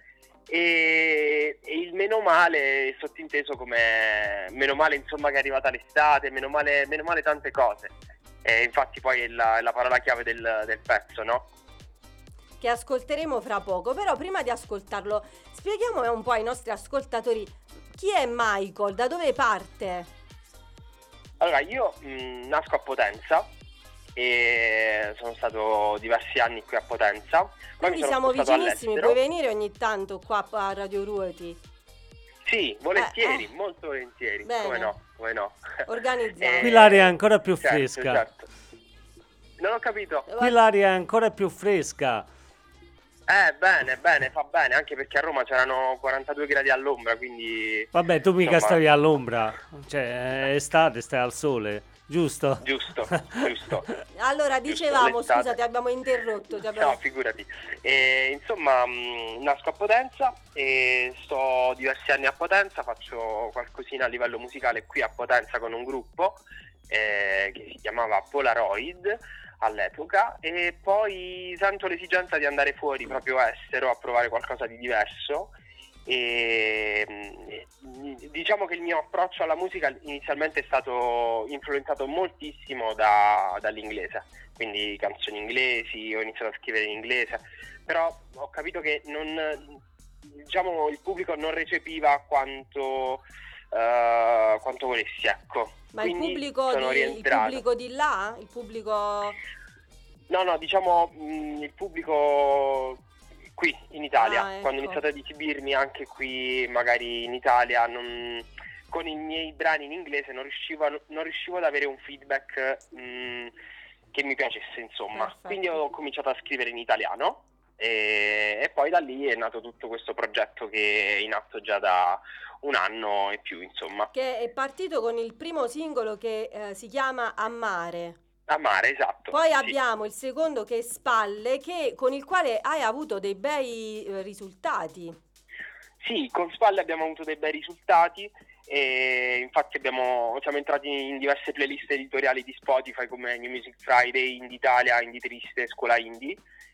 E: E, e il meno male è sottinteso come meno male insomma che è arrivata l'estate, meno male, meno male tante cose. E infatti poi è la, è la parola chiave del, del pezzo, no?
B: Che ascolteremo fra poco, però prima di ascoltarlo spieghiamo un po' ai nostri ascoltatori chi è Michael, da dove parte?
E: Allora, io mh, nasco a Potenza e sono stato diversi anni qui a Potenza. Poi mi
B: Quindi
E: sono
B: siamo
E: spostato
B: vicinissimi,
E: all'estero.
B: puoi venire ogni tanto qua a Radio Ruoti,
E: Sì, volentieri,
B: Eh, eh.
E: molto volentieri.
B: Bene.
E: Come no, come no.
B: organizzato.
A: Qui l'aria è ancora più
E: certo,
A: fresca.
E: certo. Non ho capito.
A: Qui l'aria è ancora più fresca.
E: Eh, bene, bene, fa bene, anche perché a Roma c'erano quarantadue gradi all'ombra, quindi...
A: Vabbè, tu mica
E: Insomma.
A: stavi all'ombra. Cioè, è estate, stai al sole, giusto?
E: Giusto, giusto.
B: Allora, dicevamo,
E: l'estate.
B: scusa, ti abbiamo interrotto, ti abbiamo...
E: No, figurati. E, insomma, mh, nasco a Potenza e sto diversi anni a Potenza, faccio qualcosina a livello musicale qui a Potenza con un gruppo eh, che si chiamava Polaroid all'epoca, e poi sento l'esigenza di andare fuori, proprio estero, a provare qualcosa di diverso. E mh, diciamo che il mio approccio alla musica inizialmente è stato influenzato moltissimo da- dall'inglese, quindi canzoni inglesi, ho iniziato a scrivere in inglese, però ho capito che non, diciamo, il pubblico non recepiva quanto, eh, quanto volessi, ecco.
B: Ma il
E: Quindi
B: pubblico,
E: sono
B: di, il
E: rientrato.
B: pubblico di là? Il pubblico...
E: No, no, diciamo mh, il pubblico qui in Italia,
B: Ah, ecco.
E: quando ho iniziato ad esibirmi anche qui magari in Italia, non- con i miei brani in inglese non riuscivo, a- non riuscivo ad avere un feedback mh, che mi piacesse, insomma.
B: Perfetto.
E: Quindi ho cominciato a scrivere in italiano e, e poi da lì è nato tutto questo progetto che è in atto già da un anno e più, insomma.
B: Che è partito con il primo singolo che eh, si chiama A Mare.
E: A mare, esatto.
B: Poi
E: sì.
B: abbiamo il secondo che è Spalle, che, con il quale hai avuto dei bei eh, risultati.
E: Sì, con Spalle abbiamo avuto dei bei risultati e infatti abbiamo, siamo entrati in diverse playlist editoriali di Spotify come New Music Friday, Indie Italia, Indie Triste, Scuola Indie,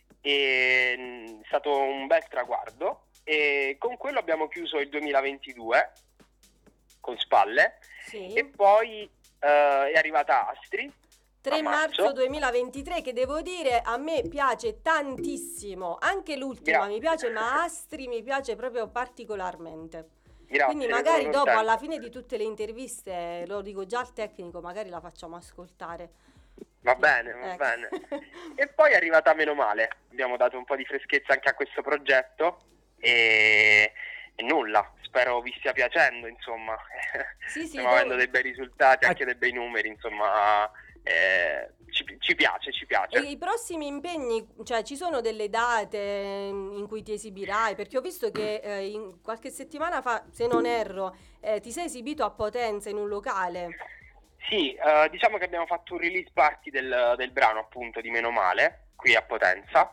E: e mh, è stato un bel traguardo e con quello abbiamo chiuso il duemilaventidue con Spalle
B: Sì.
E: e poi eh, è arrivata Astri.
B: tre
E: a
B: marzo
E: marzo.
B: duemilaventitré, che devo dire a me piace tantissimo, anche l'ultima
E: Grazie.
B: mi piace, ma Astri mi piace proprio particolarmente.
E: Grazie,
B: Quindi
E: ne
B: magari
E: sono
B: dopo,
E: contento.
B: alla fine di tutte le interviste, lo dico già al tecnico, magari la facciamo ascoltare.
E: Va bene, va
B: Ecco.
E: bene. E poi è arrivata Meno Male, abbiamo dato un po' di freschezza anche a questo progetto e, e nulla, spero vi stia piacendo, insomma.
B: Sì, sì,
E: Stiamo
B: do-
E: avendo dei bei risultati, anche dei bei numeri, insomma, eh, ci, ci piace, ci piace.
B: E i prossimi impegni, cioè ci sono delle date in cui ti esibirai? Perché ho visto che eh, in qualche settimana fa, se non erro, eh, ti sei esibito a Potenza in un locale.
E: Sì, eh, diciamo che abbiamo fatto un release party del, del brano appunto di Meno Male, qui a Potenza,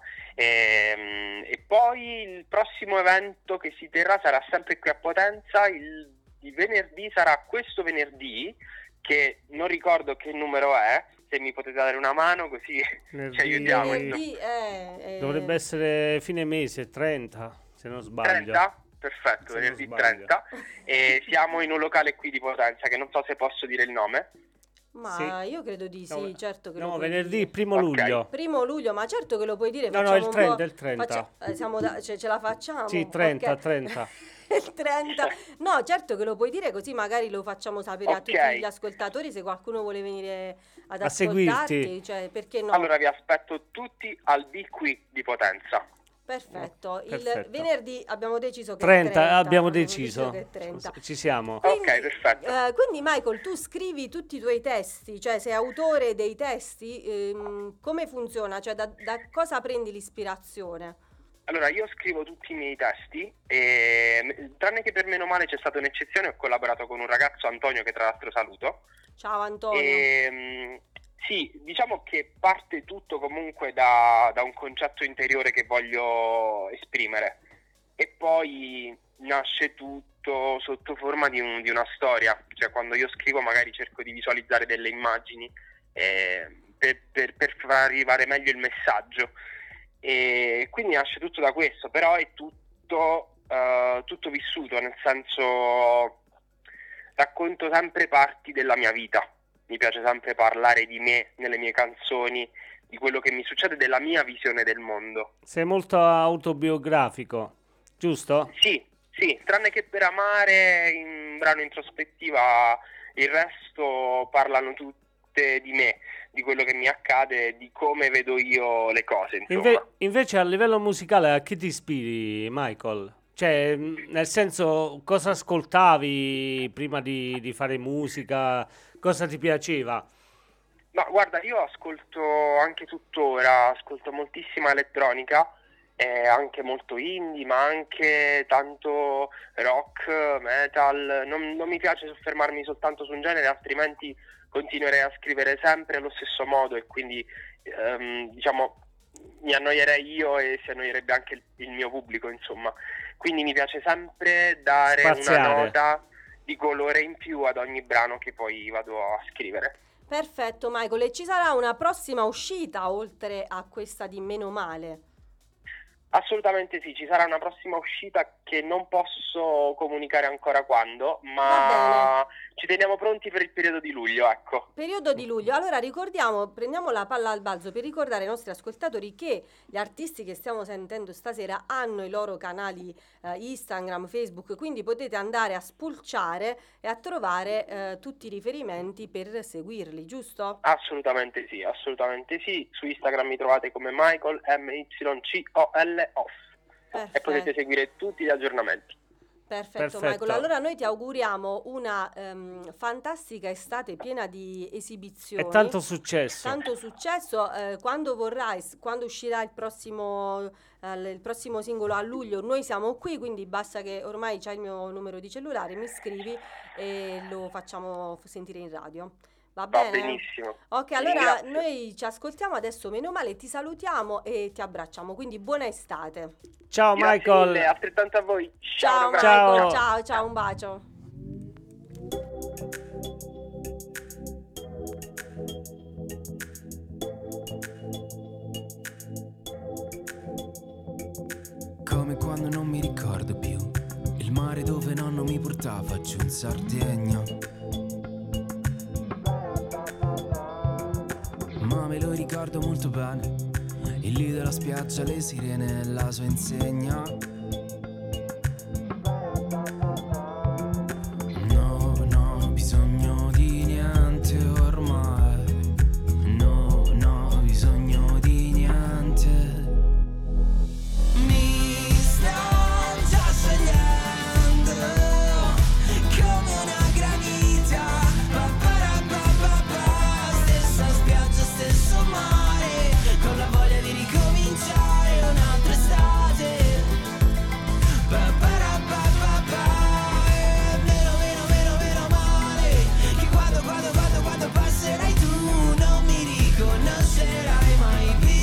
E: e, e poi il prossimo evento che si terrà sarà sempre qui a Potenza, il, il venerdì sarà questo venerdì, che non ricordo che numero è, se mi potete dare una mano così
A: Venerdì-
E: ci aiutiamo.
B: Venerdì è, è-
A: Dovrebbe essere fine mese, trenta, se non sbaglio.
E: trenta? Perfetto,
A: Se non
E: venerdì
A: sbaglio.
E: trenta, e siamo in un locale qui di Potenza che non so se posso dire il nome.
B: Ma
A: Sì.
B: io credo di sì,
A: No,
B: certo che lo
A: No,
B: puoi
A: venerdì
B: dire.
A: primo
E: Ok.
A: luglio.
B: Primo luglio, ma certo che lo puoi dire.
A: No, no,
B: Facciamo
A: il
B: un
A: trenta,
B: po'-
A: il trenta.
B: faccia- eh, siamo da- ce, ce la facciamo?
A: Sì, trenta,
B: Ok.
A: trenta.
B: Il trenta. No, certo che lo puoi dire, così magari lo facciamo sapere a
E: Ok.
B: tutti gli ascoltatori se qualcuno vuole venire ad
A: A
B: ascoltarti,
A: seguirti.
B: cioè perché no?
E: Allora vi aspetto tutti al B qui di Potenza.
B: Perfetto. Il
A: Perfetto.
B: venerdì abbiamo deciso che è
A: trenta,
B: trenta.
A: abbiamo
B: abbiamo
A: deciso.
B: che è trenta.
A: Ci siamo.
E: Ok, perfetto.
B: eh, quindi Michael, tu scrivi tutti i tuoi testi, cioè sei autore dei testi, ehm, come funziona? Cioè da, da cosa prendi l'ispirazione?
E: Allora, io scrivo tutti i miei testi, e, tranne che per meno male c'è stata un'eccezione, ho collaborato con un ragazzo, Antonio, che tra l'altro saluto.
B: Ciao Antonio.
E: E, mh, sì, diciamo che parte tutto comunque da, da un concetto interiore che voglio esprimere e poi nasce tutto sotto forma di, un- di una storia, cioè quando io scrivo magari cerco di visualizzare delle immagini eh, per, per- per far arrivare meglio il messaggio e quindi nasce tutto da questo, però è tutto, eh, tutto vissuto, nel senso racconto sempre parti della mia vita. Mi piace sempre parlare di me nelle mie canzoni, di quello che mi succede, della mia visione del mondo.
A: Sei molto autobiografico, giusto?
E: Sì, sì, tranne che per Amare, in brano introspettiva, il resto parlano tutte di me, di quello che mi accade, di come vedo io le cose, insomma.
A: Inve- invece a livello musicale a chi ti ispiri, Michael? Cioè, mh, nel senso, cosa ascoltavi prima di, di fare musica? Cosa ti piaceva?
E: Ma guarda, io ascolto anche tuttora, ascolto moltissima elettronica, eh, anche molto indie, ma anche tanto rock, metal. Non, non mi piace soffermarmi soltanto su un genere, altrimenti continuerei a scrivere sempre allo stesso modo e quindi ehm, diciamo mi annoierei io e si annoierebbe anche il, il mio pubblico, insomma. Quindi mi piace sempre dare
A: Spaziare.
E: una nota di colore in più ad ogni brano che poi vado a scrivere.
B: Perfetto Michael, e ci sarà una prossima uscita oltre a questa di Meno Male?
E: Assolutamente sì, ci sarà una prossima uscita che non posso comunicare ancora quando,
B: Va
E: ma ci teniamo pronti per il periodo di luglio, ecco.
B: Periodo di luglio. Allora ricordiamo, prendiamo la palla al balzo per ricordare ai nostri ascoltatori che gli artisti che stiamo sentendo stasera hanno i loro canali eh, Instagram, Facebook, quindi potete andare a spulciare e a trovare eh, tutti i riferimenti per seguirli, giusto?
E: Assolutamente sì, assolutamente sì. Su Instagram mi trovate come Michael M Y C O L Off e potete seguire tutti gli aggiornamenti.
B: Perfetto,
A: Perfetto.
B: Michael, allora noi ti auguriamo una ehm, fantastica estate piena di esibizioni.
A: E tanto successo.
B: Tanto successo, eh, quando vorrai, s- quando uscirà il prossimo, eh, l- il prossimo singolo a luglio, noi siamo qui, quindi basta che ormai c'hai il mio numero di cellulare, mi scrivi e lo facciamo f- sentire in radio. Va
E: Va
B: bene?
E: benissimo.
B: Ok,
E: Ti
B: allora
E: ringrazio.
B: noi ci ascoltiamo adesso, meno male, ti salutiamo e ti abbracciamo, quindi buona estate.
A: Ciao
E: Grazie
A: Michael.
E: mille, altrettanto a voi.
B: Ciao,
E: un abbraccio.
A: Ciao.
B: Michael, ciao, ciao, un bacio.
F: Come quando non mi ricordo più il mare dove nonno mi portava giù in Sardegna. Ma me lo ricordo molto bene, il lì della spiaggia, le sirene e la sua insegna. No, no, ho bisogno di niente ormai. No, no, ho bisogno di niente. Mi sto già scegliendo come una granita. Pa-pa-ra-pa-pa-pa. Stessa spiaggia, stesso mare, con la voglia di ricominciare un'altra estate. Pa-pa-ra-pa-pa-pa. E meno, meno, meno, meno male che quando, quando, quando, quando passerai tu non mi riconoscerai mai più.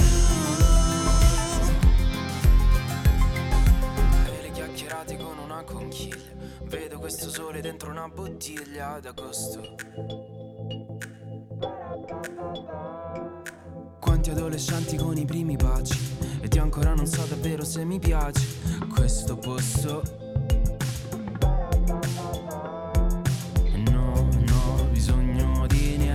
F: E le chiacchierate con una conchiglia, vedo questo sole dentro una bottiglia d'agosto. Quanti adolescenti con i primi baci, ed io ancora non so davvero se mi piace questo posto. No, no, ho bisogno di niente.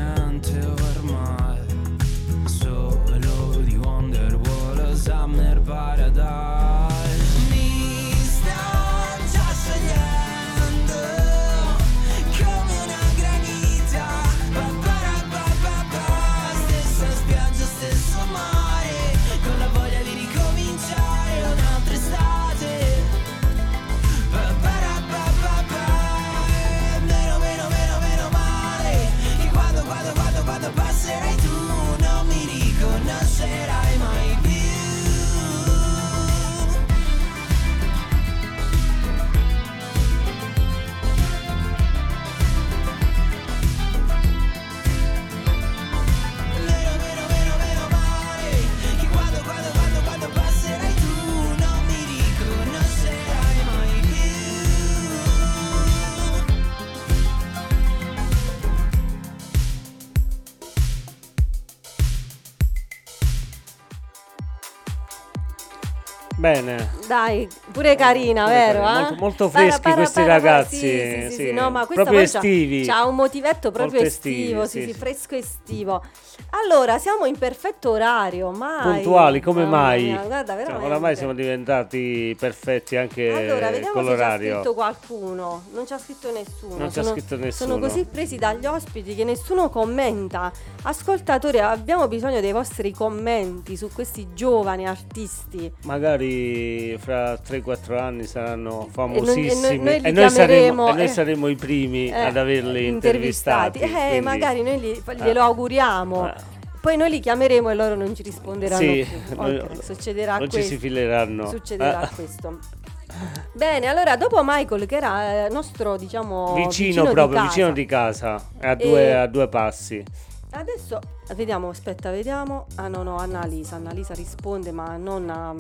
A: Bene.
B: Dai, pure carina,
A: Pure
B: vero?
A: carina,
B: eh?
A: molto- molto
B: Para,
A: freschi
B: para,
A: questi
B: para, para.
A: ragazzi,
B: Sì, sì, sì,
A: sì,
B: sì, no, ma questa
A: proprio
B: poi c'ha-
A: estivi.
B: c'ha un motivetto proprio
A: Molto estivi,
B: estivo, sì,
A: sì,
B: sì,
A: sì.
B: fresco estivo. Allora, siamo in perfetto orario, mai.
A: Puntuali, come
B: Mamma
A: mai?
B: mia, guarda,
A: Cioè,
B: veramente.
A: oramai siamo diventati perfetti anche
B: Allora, vediamo
A: con
B: se c'ha
A: l'orario.
B: scritto qualcuno. Non c'ha scritto nessuno.
A: Non c'ha
B: sono,
A: scritto nessuno.
B: Sono così presi dagli ospiti che nessuno commenta. Ascoltatori, abbiamo bisogno dei vostri commenti su questi giovani artisti.
A: Magari fra tre quattro anni saranno
B: E
A: famosissimi
B: noi- e noi li
A: e noi saremo,
B: chiameremo,
A: e noi
B: eh,
A: saremo i primi
B: eh,
A: ad averli intervistati.
B: Eh,
A: quindi-
B: magari noi li- glielo auguriamo.
A: Eh.
B: Poi noi li chiameremo e loro non ci risponderanno
A: Sì,
B: più.
A: noi-
B: Ok, succederà
A: non ci
B: questo.
A: si fileranno.
B: Succederà
A: Eh.
B: questo. Bene, allora dopo Michael, che era eh, nostro, diciamo,
A: Vicino,
B: di
A: proprio,
B: casa,
A: vicino di casa, è a due,
B: E-
A: a due passi.
B: Adesso vediamo, aspetta, vediamo. Ah no, no, Annalisa, Annalisa risponde, ma non a...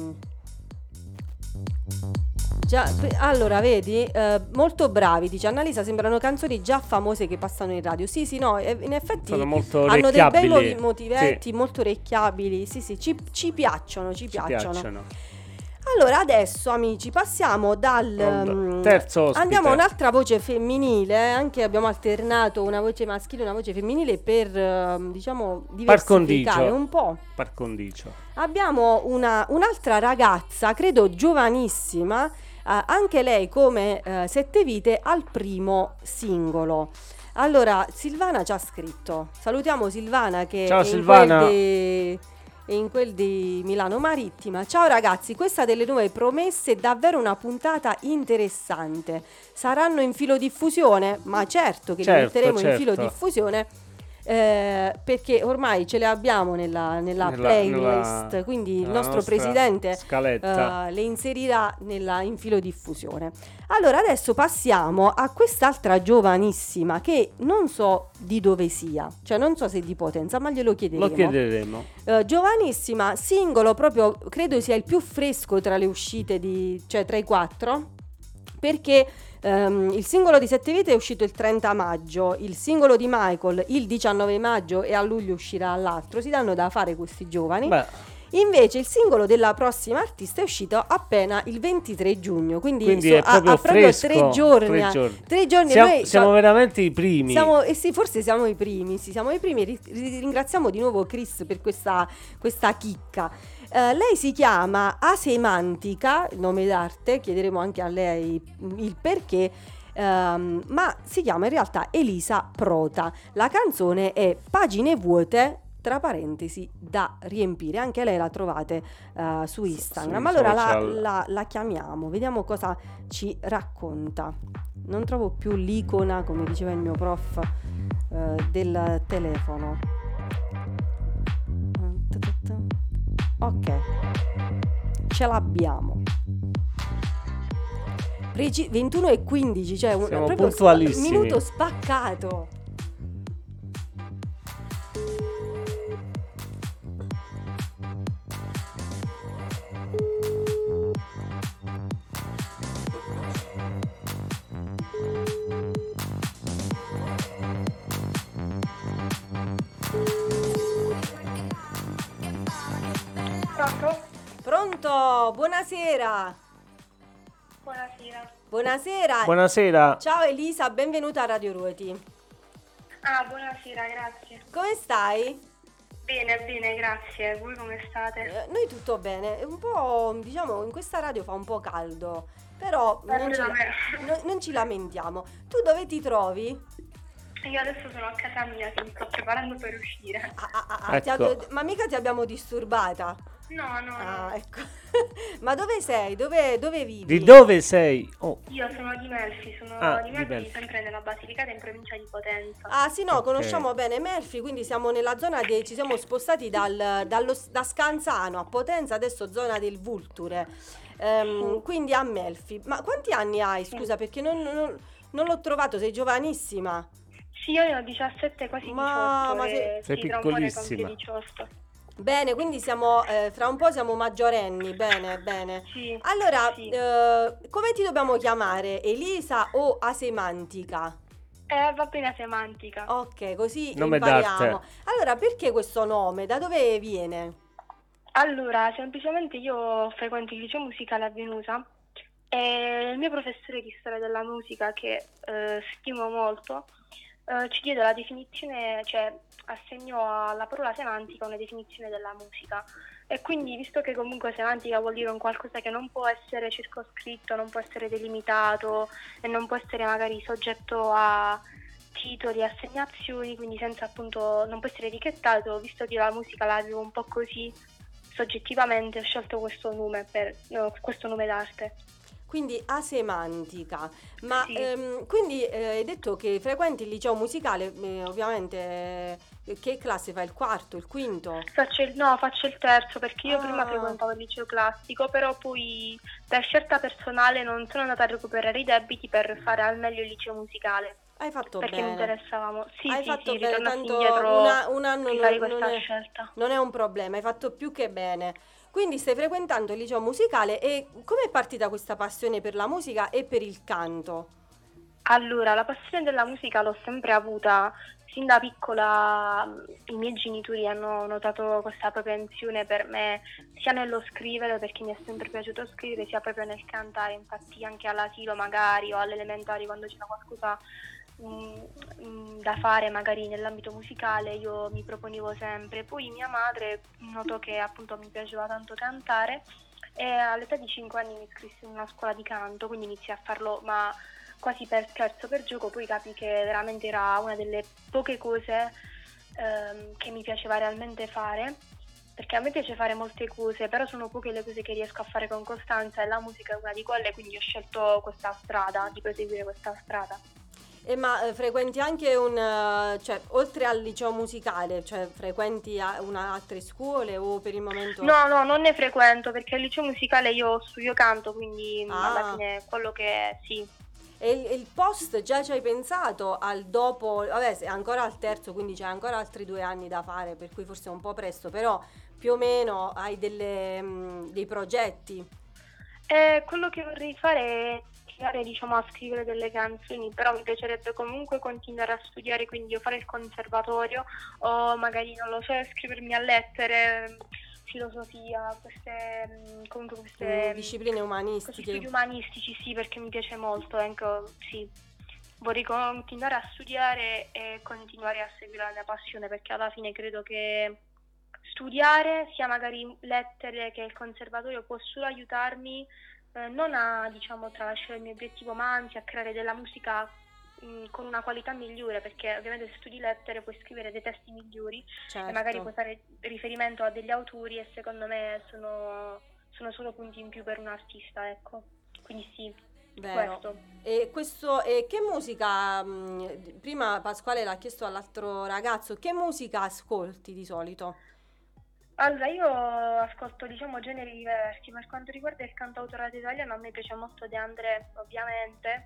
B: Già, pe- allora, vedi, eh, molto bravi, dice Annalisa, sembrano canzoni già famose che passano in radio. Sì, sì, no, eh, in effetti
A: Sono molto
B: hanno dei bei
A: orecchiabili.
B: movi- motivetti,
A: Sì.
B: molto orecchiabili. Sì, sì, ci, ci piacciono, ci,
A: Ci
B: piacciono.
A: piacciono.
B: Allora, adesso, amici, passiamo dal...
A: Pronto.
B: mm,
A: Terzo ospite.
B: Andiamo a un'altra voce femminile, anche abbiamo alternato una voce maschile e una voce femminile per, ehm, diciamo,
A: Par
B: diversificare
A: condicio.
B: un po'.
A: Par condicio.
B: Abbiamo una, un'altra ragazza, credo giovanissima, eh, anche lei come eh, Sette Vite al primo singolo. Allora, Silvana ci ha scritto. Salutiamo Silvana che
A: Ciao,
B: è in
A: Silvana.
B: quel di, è in quel di Milano Marittima. Ciao ragazzi, questa delle nuove promesse è davvero una puntata interessante. Saranno in filo diffusione? Ma certo che
A: Certo,
B: li metteremo in
A: certo.
B: filo diffusione. Eh, perché ormai ce le abbiamo nella, nella
A: Nella-
B: playlist,
A: nella-
B: quindi il
A: nella
B: nostro
A: nostra
B: presidente
A: scaletta.
B: eh, le inserirà nella, in filo diffusione. Allora adesso passiamo a quest'altra giovanissima che non so di dove sia, cioè non so se di Potenza, ma glielo chiederemo.
A: Lo chiederemo.
B: Eh, giovanissima, singolo proprio, credo sia il più fresco tra le uscite di, cioè tra i quattro, perché ehm, il singolo di Sette Vite è uscito il trenta maggio, il singolo di Michael il diciannove maggio e a luglio uscirà l'altro. Si danno da fare questi giovani.
A: Beh,
B: Invece il singolo della prossima artista è uscito appena il ventitré giugno, quindi,
A: quindi
B: so-
A: è
B: ha-
A: proprio
B: ha proprio
A: fresco.
B: tre giorni.
A: tre
B: eh.
A: giorni.
B: Tre giorni
A: Siamo,
B: noi
A: siamo
B: cioè,
A: veramente i primi.
B: siamo, eh sì, forse siamo i primi, sì, siamo i primi. Ri- ri- Ringraziamo di nuovo Chris per questa, questa chicca. Eh, lei si chiama Asemantica, nome d'arte, chiederemo anche a lei il perché. ehm, ma si chiama in realtà Elisa Prota. La canzone è Pagine vuote, tra parentesi, da riempire. Anche lei la trovate eh, su Instagram.
A: sui
B: Allora la,
A: social.
B: la- la chiamiamo, vediamo cosa ci racconta. Non trovo più l'icona, come diceva il mio prof, eh, del telefono. Ok, ce l'abbiamo. Preci- ventuno e quindici, cioè un,
A: Siamo
B: proprio
A: puntualissimi.
B: spa- minuto spaccato.
G: Pronto?
B: Pronto? Buonasera.
G: Buonasera.
B: Buonasera.
A: Buonasera.
B: Ciao Elisa, benvenuta a Radio Ruoti.
G: Ah, buonasera, grazie.
B: Come stai?
G: Bene, bene, grazie. Voi come state?
B: Eh, noi tutto bene. È un po', diciamo, in questa radio fa un po' caldo, però non ci,
G: Pure da
B: la-
G: me.
B: no- non ci lamentiamo. Tu dove ti trovi?
G: Io adesso sono a casa mia, che mi sto preparando per uscire.
B: Ah, ah, ah, ah, ti
A: Ecco.
B: abbi- ma mica ti abbiamo disturbata?
G: No, no,
B: Ah,
G: no.
B: ecco. Ma dove sei? Dove, dove vivi?
A: Di dove sei? Oh,
G: Io sono di Melfi, sono
A: Ah,
G: di
A: di
G: Melfi,
A: Melfi.
G: sempre nella Basilicata in provincia di Potenza.
B: Ah sì, no,
A: Ok.
B: conosciamo bene Melfi, quindi siamo nella zona che ci siamo spostati dal, dallo- da Scanzano a Potenza, adesso zona del Vulture, Ehm, quindi a Melfi. Ma quanti anni hai, scusa, perché non, non- non l'ho trovato, sei giovanissima.
G: Sì, io ne ho diciassette, quasi
B: Ma-
G: diciotto.
B: ma
G: e
B: sei-
A: Sei
G: sì, tra un po' ne compio
A: piccolissima.
G: diciotto.
B: Bene, quindi siamo, eh, fra un po' siamo maggiorenni, bene, bene.
G: Sì.
B: Allora,
G: sì.
B: eh, come ti dobbiamo chiamare? Elisa o Asemantica?
G: Eh, va bene la semantica.
B: Ok, così
A: Nome
B: impariamo.
A: d'arte.
B: Allora, perché questo nome? Da dove viene?
G: Allora, semplicemente io frequento il liceo musicale a Venusa e il mio professore di storia della musica, che eh, stimo molto, eh, ci diede la definizione, cioè assegnò alla parola semantica una definizione della musica. E quindi, visto che comunque semantica vuol dire un qualcosa che non può essere circoscritto, non può essere delimitato e non può essere magari soggetto a titoli, assegnazioni, quindi senza appunto, non può essere etichettato, visto che la musica la vivo un po' così, soggettivamente ho scelto questo nome per no, questo nome d'arte.
B: Quindi asemantica, ma
G: Sì.
B: ehm, quindi eh, hai detto che frequenti il liceo musicale, eh, ovviamente, eh, che classe fai? Il quarto, il quinto?
G: Faccio il, no, faccio il terzo perché io prima
B: Ah.
G: frequentavo il liceo classico, però poi per scelta personale non sono andata a recuperare i debiti per fare al meglio il liceo musicale.
B: Hai fatto
G: Perché
B: bene.
G: mi interessavamo. Sì,
B: Hai
G: sì,
B: fatto
G: sì,
B: bene,
G: ritornassi
B: tanto
G: indietro
B: una- un anno
G: prima di
B: non,
G: questa
B: non è,
G: scelta.
B: non è un problema, hai fatto più che bene. Quindi stai frequentando il liceo musicale e come è partita questa passione per la musica e per il canto?
G: Allora, la passione della musica l'ho sempre avuta sin da piccola. I miei genitori hanno notato questa propensione per me sia nello scrivere, perché mi è sempre piaciuto scrivere, sia proprio nel cantare. Infatti anche all'asilo magari o alle elementari, quando c'era qualcosa mm, mm, da fare magari nell'ambito musicale, io mi proponevo sempre. Poi mia madre notò che appunto mi piaceva tanto cantare e all'età di cinque anni mi iscrissi in una scuola di canto, quindi iniziai a farlo, ma quasi per scherzo, per gioco. Poi capii che veramente era una delle poche cose ehm, che mi piaceva realmente fare, perché a me piace fare molte cose, però sono poche le cose che riesco a fare con costanza e la musica è una di quelle, quindi ho scelto questa strada, di proseguire questa strada.
B: E ma eh, frequenti anche un, eh, cioè oltre al liceo musicale, cioè frequenti a- una, altre scuole o per il momento...
G: No, no, non ne frequento perché al liceo musicale io studio canto, quindi
B: Ah.
G: alla fine quello che sì.
B: E il, il post già ci hai pensato al dopo, vabbè, sei ancora al terzo, quindi c'hai ancora altri due anni da fare, per cui forse è un po' presto, però più o meno hai delle, mm, dei progetti.
G: Eh, quello che vorrei fare è iniziare, diciamo, a scrivere delle canzoni, però mi piacerebbe comunque continuare a studiare, quindi o fare il conservatorio o magari, non lo so, iscrivermi a lettere, filosofia, queste mm, comunque queste
B: Mm, discipline
G: questi
B: umanistiche.
G: studi umanistici, sì, perché mi piace molto, ecco, sì. Vorrei continuare a studiare e continuare a seguire la mia passione, perché alla fine credo che studiare, sia magari lettere che il conservatorio, può solo aiutarmi eh, non a, diciamo, tralasciare il mio obiettivo, ma anzi a creare della musica mh, con una qualità migliore, perché ovviamente se studi lettere puoi scrivere dei testi migliori
B: Certo.
G: e magari puoi fare riferimento a degli autori e secondo me sono, sono solo punti in più per un artista, ecco. Quindi sì,
B: Vero.
G: questo.
B: E questo, e che musica, mh, prima Pasquale l'ha chiesto all'altro ragazzo, che musica ascolti di solito?
G: Allora, io ascolto, diciamo, generi diversi. Per quanto riguarda il cantautorato italiano, a me piace molto De André, ovviamente,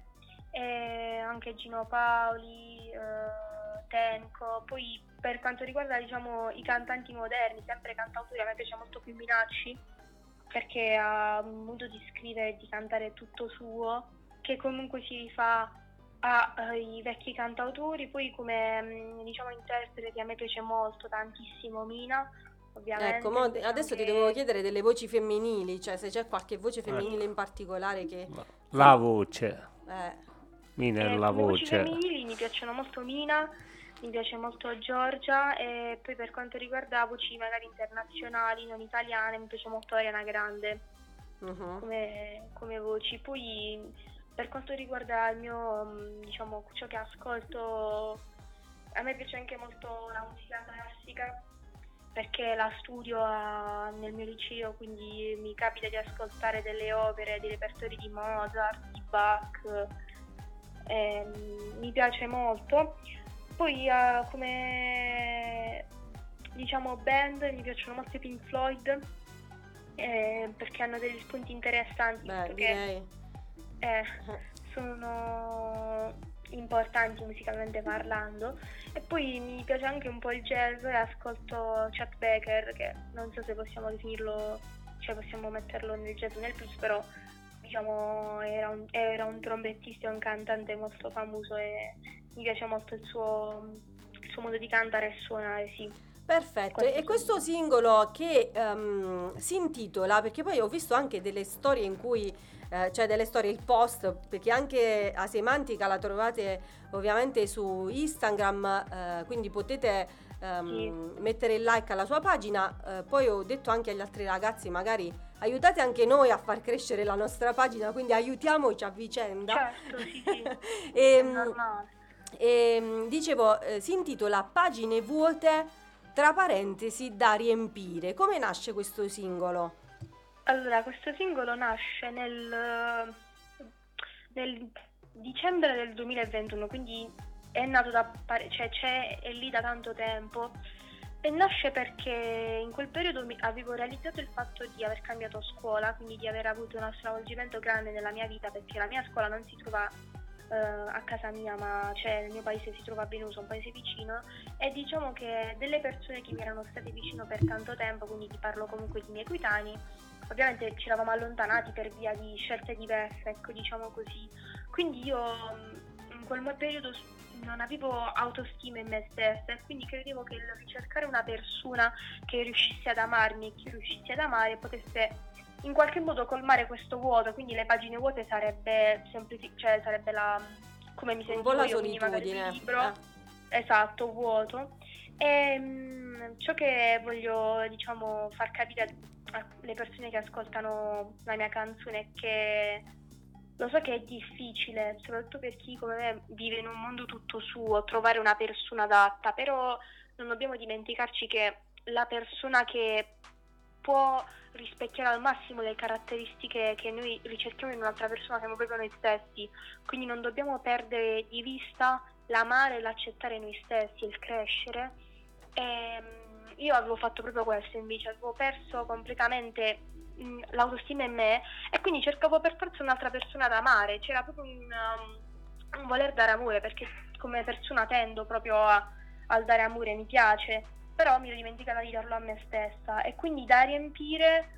G: e anche Gino Paoli, eh, Tenco. Poi per quanto riguarda, diciamo, i cantanti moderni, sempre cantautori, a me piace molto più Minacci, perché ha un modo di scrivere e di cantare tutto suo, che comunque si rifà ai vecchi cantautori. Poi come, mh, diciamo, interpreti a me piace molto, tantissimo Mina. Ovviamente,
B: Ecco, mo
G: mi piace
B: adesso ti
G: anche-
B: devo chiedere delle voci femminili, cioè se c'è qualche voce femminile in particolare che...
A: La voce,
B: Eh,
A: Mina è
G: Eh,
A: la
G: come voci
A: voce.
G: femminili mi piacciono molto Mina, mi piace molto Giorgia, e poi per quanto riguarda voci magari internazionali, non italiane, mi piace molto Ariana Grande
B: mhm.
G: come, come voci. Poi per quanto riguarda il mio, mh, diciamo, ciò che ascolto, a me piace anche molto la musica classica, perché la studio a- nel mio liceo, quindi mi capita di ascoltare delle opere, dei repertori di Mozart, di Bach, ehm, mi piace molto. Poi eh, come, diciamo, band mi piacciono molto i Pink Floyd, eh, perché hanno degli spunti interessanti,
B: Beh,
G: visto che
B: direi...
G: eh, sono importanti musicalmente parlando. E poi mi piace anche un po' il jazz e ascolto Chet Baker, che non so se possiamo definirlo, cioè possiamo metterlo nel jazz o nel blues, però diciamo era un, era un trombettista e un cantante molto famoso e mi piace molto il suo, il suo modo di cantare e suonare, sì.
B: Perfetto, e questo singolo che ehm, si intitola, perché poi ho visto anche delle storie in cui, eh, cioè delle storie, il post, perché anche Asemantica la trovate ovviamente su Instagram, eh, quindi potete ehm, mettere il like alla sua pagina, eh, poi ho detto anche agli altri ragazzi, magari aiutate anche noi a far crescere la nostra pagina, quindi aiutiamoci a vicenda.
G: Certo, sì, sì,
B: e,
G: è normale.
B: e, dicevo, eh, si intitola Pagine vuote tra parentesi da riempire. Come nasce questo singolo?
G: Allora, questo singolo nasce nel, nel dicembre del duemilaventuno, quindi è nato da pare- cioè c'è è lì da tanto tempo, e nasce perché in quel periodo mi- avevo realizzato il fatto di aver cambiato scuola, quindi di aver avuto uno stravolgimento grande nella mia vita, perché la mia scuola non si trova eh, a casa mia, ma cioè nel mio paese si trova a Venuso, un paese vicino, e diciamo che delle persone che mi erano state vicino per tanto tempo, quindi ti parlo comunque di miei coetanei, ovviamente ci eravamo allontanati per via di scelte diverse, ecco, diciamo così. Quindi io mh, in quel periodo s- non avevo autostima in me stessa, e quindi credevo che il ricercare una persona che riuscisse ad amarmi e che riuscisse ad amare potesse in qualche modo colmare questo vuoto, quindi le pagine vuote sarebbe semplici- cioè sarebbe la come mi
B: Un
G: sentivo
B: po' la
G: io, quindi magari
B: solitudine.
G: il libro,
B: eh.
G: esatto, vuoto. E mm, ciò che voglio, diciamo, far capire alle persone che ascoltano la mia canzone è che lo so che è difficile, soprattutto per chi come me vive in un mondo tutto suo, trovare una persona adatta, però non dobbiamo dimenticarci che la persona che può rispecchiare al massimo le caratteristiche che noi ricerchiamo in un'altra persona siamo proprio noi stessi, quindi non dobbiamo perdere di vista l'amare e l'accettare noi stessi, il crescere. E, mm, io avevo fatto proprio questo, invece avevo perso completamente mm, l'autostima in me, e quindi cercavo per forza un'altra persona da amare, c'era proprio un, um, un voler dare amore, perché come persona tendo proprio a- al dare amore, mi piace, però mi ero dimenticata di darlo a me stessa, e quindi da riempire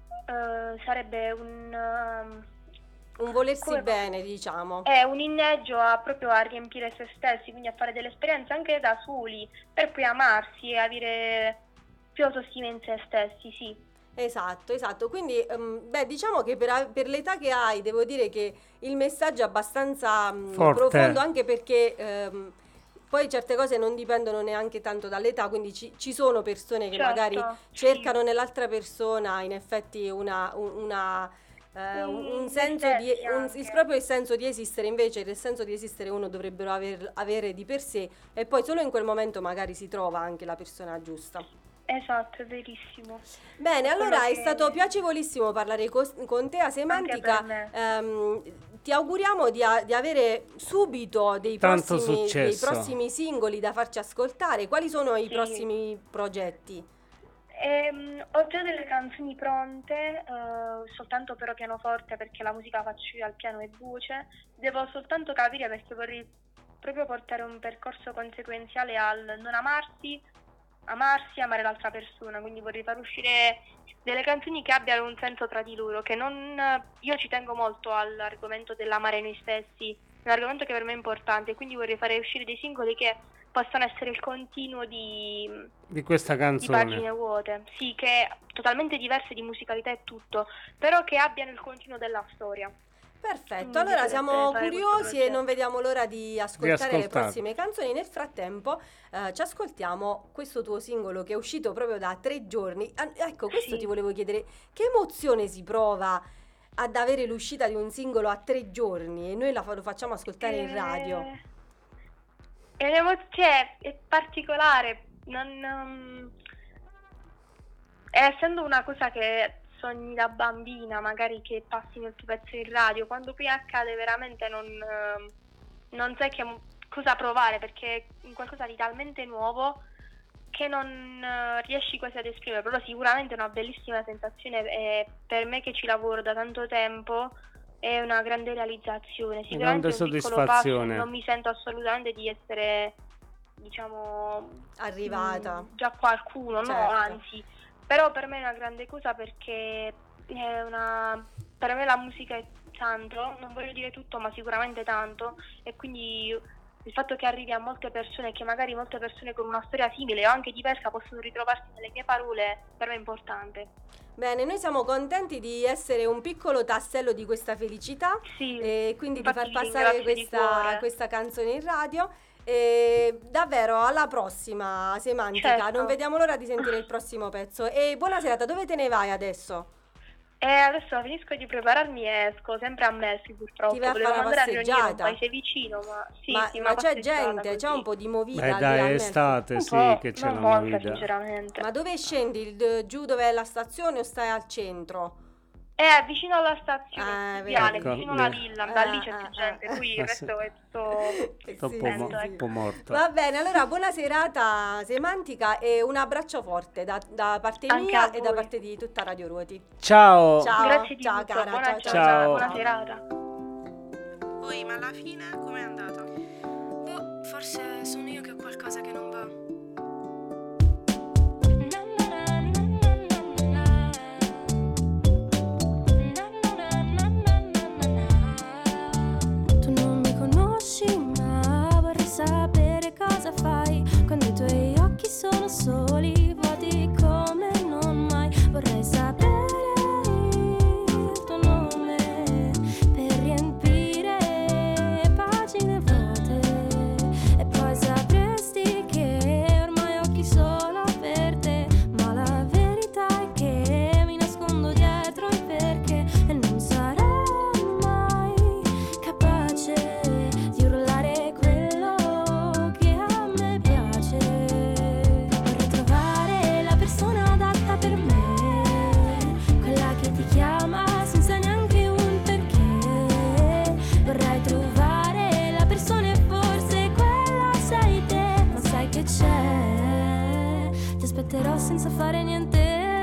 G: eh, sarebbe un, um,
B: Un volersi
G: come-
B: bene, diciamo.
G: è un inneggio a proprio a riempire se stessi, quindi a fare delle esperienze anche da soli, per poi amarsi e avere più autostima in se stessi, sì.
B: Esatto, esatto. Quindi, ehm, beh, diciamo che per, per l'età che hai, devo dire che il messaggio è abbastanza mm,
A: Forte.
B: profondo, anche perché ehm, poi certe cose non dipendono neanche tanto dall'età, quindi ci, ci sono persone che
G: Certo,
B: magari
G: sì.
B: cercano nell'altra persona in effetti una, un- una, eh, un, un
G: Un
B: senso di,
G: stessi
B: un-
G: anche.
B: il proprio il senso di esistere, invece il senso di esistere uno dovrebbero aver- avere di per sé, e poi solo in quel momento magari si trova anche la persona giusta.
G: Esatto, è verissimo.
B: Bene,
G: Quello
B: allora è
G: che-
B: stato piacevolissimo parlare cos- con te, Asemantica.
G: Anche per
B: Ehm, ti auguriamo di, a- di avere subito dei
A: Tanto
B: prossimi, dei
A: successo.
B: prossimi singoli da farci ascoltare. Quali sono i
G: Sì.
B: prossimi progetti?
G: Ehm, ho già delle canzoni pronte, eh, soltanto però pianoforte, perché la musica la faccio io al piano e voce. Devo soltanto capire, perché vorrei proprio portare un percorso conseguenziale al non amarsi, amarsi, amare l'altra persona, quindi vorrei far uscire delle canzoni che abbiano un senso tra di loro, che non... Io ci tengo molto all'argomento dell'amare noi stessi, è un argomento che per me è importante, quindi vorrei fare uscire dei singoli che possano essere il continuo di,
A: Di questa
G: di
A: canzone.
G: pagine vuote, sì, che totalmente diverse di musicalità e tutto, però che abbiano il continuo della storia.
B: Perfetto,
G: Mi
B: allora
G: piacerebbe
B: siamo
G: fare questo
B: curiosi e
G: progetto.
B: non vediamo l'ora di ascoltare le
A: ascoltarlo.
B: prossime canzoni. Nel frattempo eh, ci ascoltiamo questo tuo singolo che è uscito proprio da tre giorni. Ah, ecco, questo
G: Sì.
B: ti volevo chiedere, che emozione si prova ad avere l'uscita di un singolo a tre giorni e noi la fa- lo facciamo ascoltare in radio?
G: Eh, È un'emozione, è particolare, non, non- è essendo una cosa che sogni da bambina, magari che passi nel tuo pezzo in radio, quando poi accade veramente non, ehm, non sai che, cosa provare, perché è un qualcosa di talmente nuovo che non eh, riesci quasi ad esprimere, però sicuramente è una bellissima sensazione, e per me che ci lavoro da tanto tempo è una grande realizzazione, sicuramente
A: grande
G: è un piccolo
A: soddisfazione.
G: passo, non mi sento assolutamente di essere, diciamo,
B: Arrivata.
G: mm, già qualcuno, no,
B: Certo.
G: anzi, però per me è una grande cosa, perché è una, per me la musica è tanto, non voglio dire tutto, ma sicuramente tanto, e quindi il fatto che arrivi a molte persone e che magari molte persone con una storia simile o anche diversa possono ritrovarsi nelle mie parole, per me è importante.
B: Bene, noi siamo contenti di essere un piccolo tassello di questa felicità
G: Sì,
B: e quindi di far
G: infatti ti
B: passare
G: ringrazio di
B: questa,
G: cuore.
B: questa canzone in radio. E davvero alla prossima Semantica,
G: Certo.
B: non vediamo l'ora di sentire il prossimo pezzo. E buona serata, dove te ne vai adesso?
G: E adesso finisco di prepararmi e esco sempre a Melfi purtroppo.
B: Ti vai a
G: Volevo
B: fare una
G: andare a riunire un
B: passeggiata?
G: paese vicino, ma sì,
B: ma
G: sì,
B: ma
G: una
B: c'è
G: passeggiata
B: gente, c'è
G: così.
B: un po' di movida
A: Beh
B: lì
A: dai,
B: a
A: è
B: Melfi.
A: estate,
G: Un
A: sì,
G: po',
A: che c'è
G: non
A: la
G: molta
A: movida.
G: sinceramente.
B: Ma dove scendi? Il- giù dove è la stazione o stai al centro?
G: È vicino alla stazione,
B: Ah,
G: sul viale,
A: ecco,
G: vicino alla
A: lì.
G: villa, da lì c'è
B: Ah,
G: più
B: ah,
G: gente,
B: ah.
G: qui
A: Ah,
G: il
A: sì.
G: resto è tutto
A: Sto un po',
G: lento,
A: mo-
G: ecco.
A: un po' morto.
B: Va bene, allora buona serata Semantica e un abbraccio forte da, da parte
G: Anche
B: mia
G: a
B: e da
G: voi.
B: parte di tutta Radio Ruoti.
A: Ciao.
B: Ciao,
G: Grazie di
B: ciao
G: tutto,
B: cara,
G: buona
B: ciao,
G: giornata,
A: Ciao.
G: buona serata.
D: Poi, ma alla fine com'è andata? Boh, forse sono io che ho qualcosa che non va. Tu non mi conosci, ma vorrei sapere cosa fai quando i tuoi occhi sono soli, vuoti come non mai. Vorrei sapere il tuo nome per riempire pagine vuote, e poi sapresti che ormai ho chi solo per te. Ma la verità è che mi nascondo dietro il perché e non sarò mai capace di urlare quello che a me piace. Vorrei trovare la persona adatta per me, quella che ti chiama senza neanche un perché. Vorrei trovare la persona e forse quella sei te. Ma sai che c'è? Ti aspetterò senza fare niente.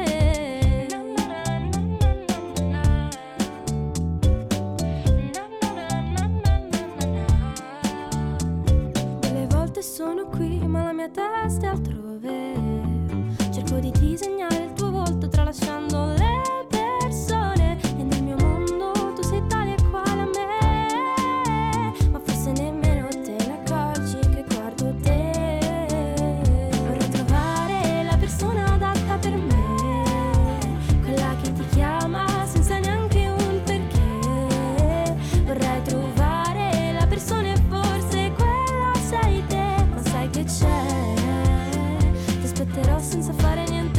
D: Delle volte sono qui, ma la mia testa è altrove. Cerco di disegnare il tuo volto tralasciando le persone, e nel mio mondo tu sei tale e quale a me, ma forse nemmeno te ne accorgi che guardo te. Vorrei trovare la persona adatta per me, quella che ti chiama senza neanche un perché. Vorrei trovare la persona e forse quella sei te. Ma sai che c'è? Ti aspetterò senza fare niente.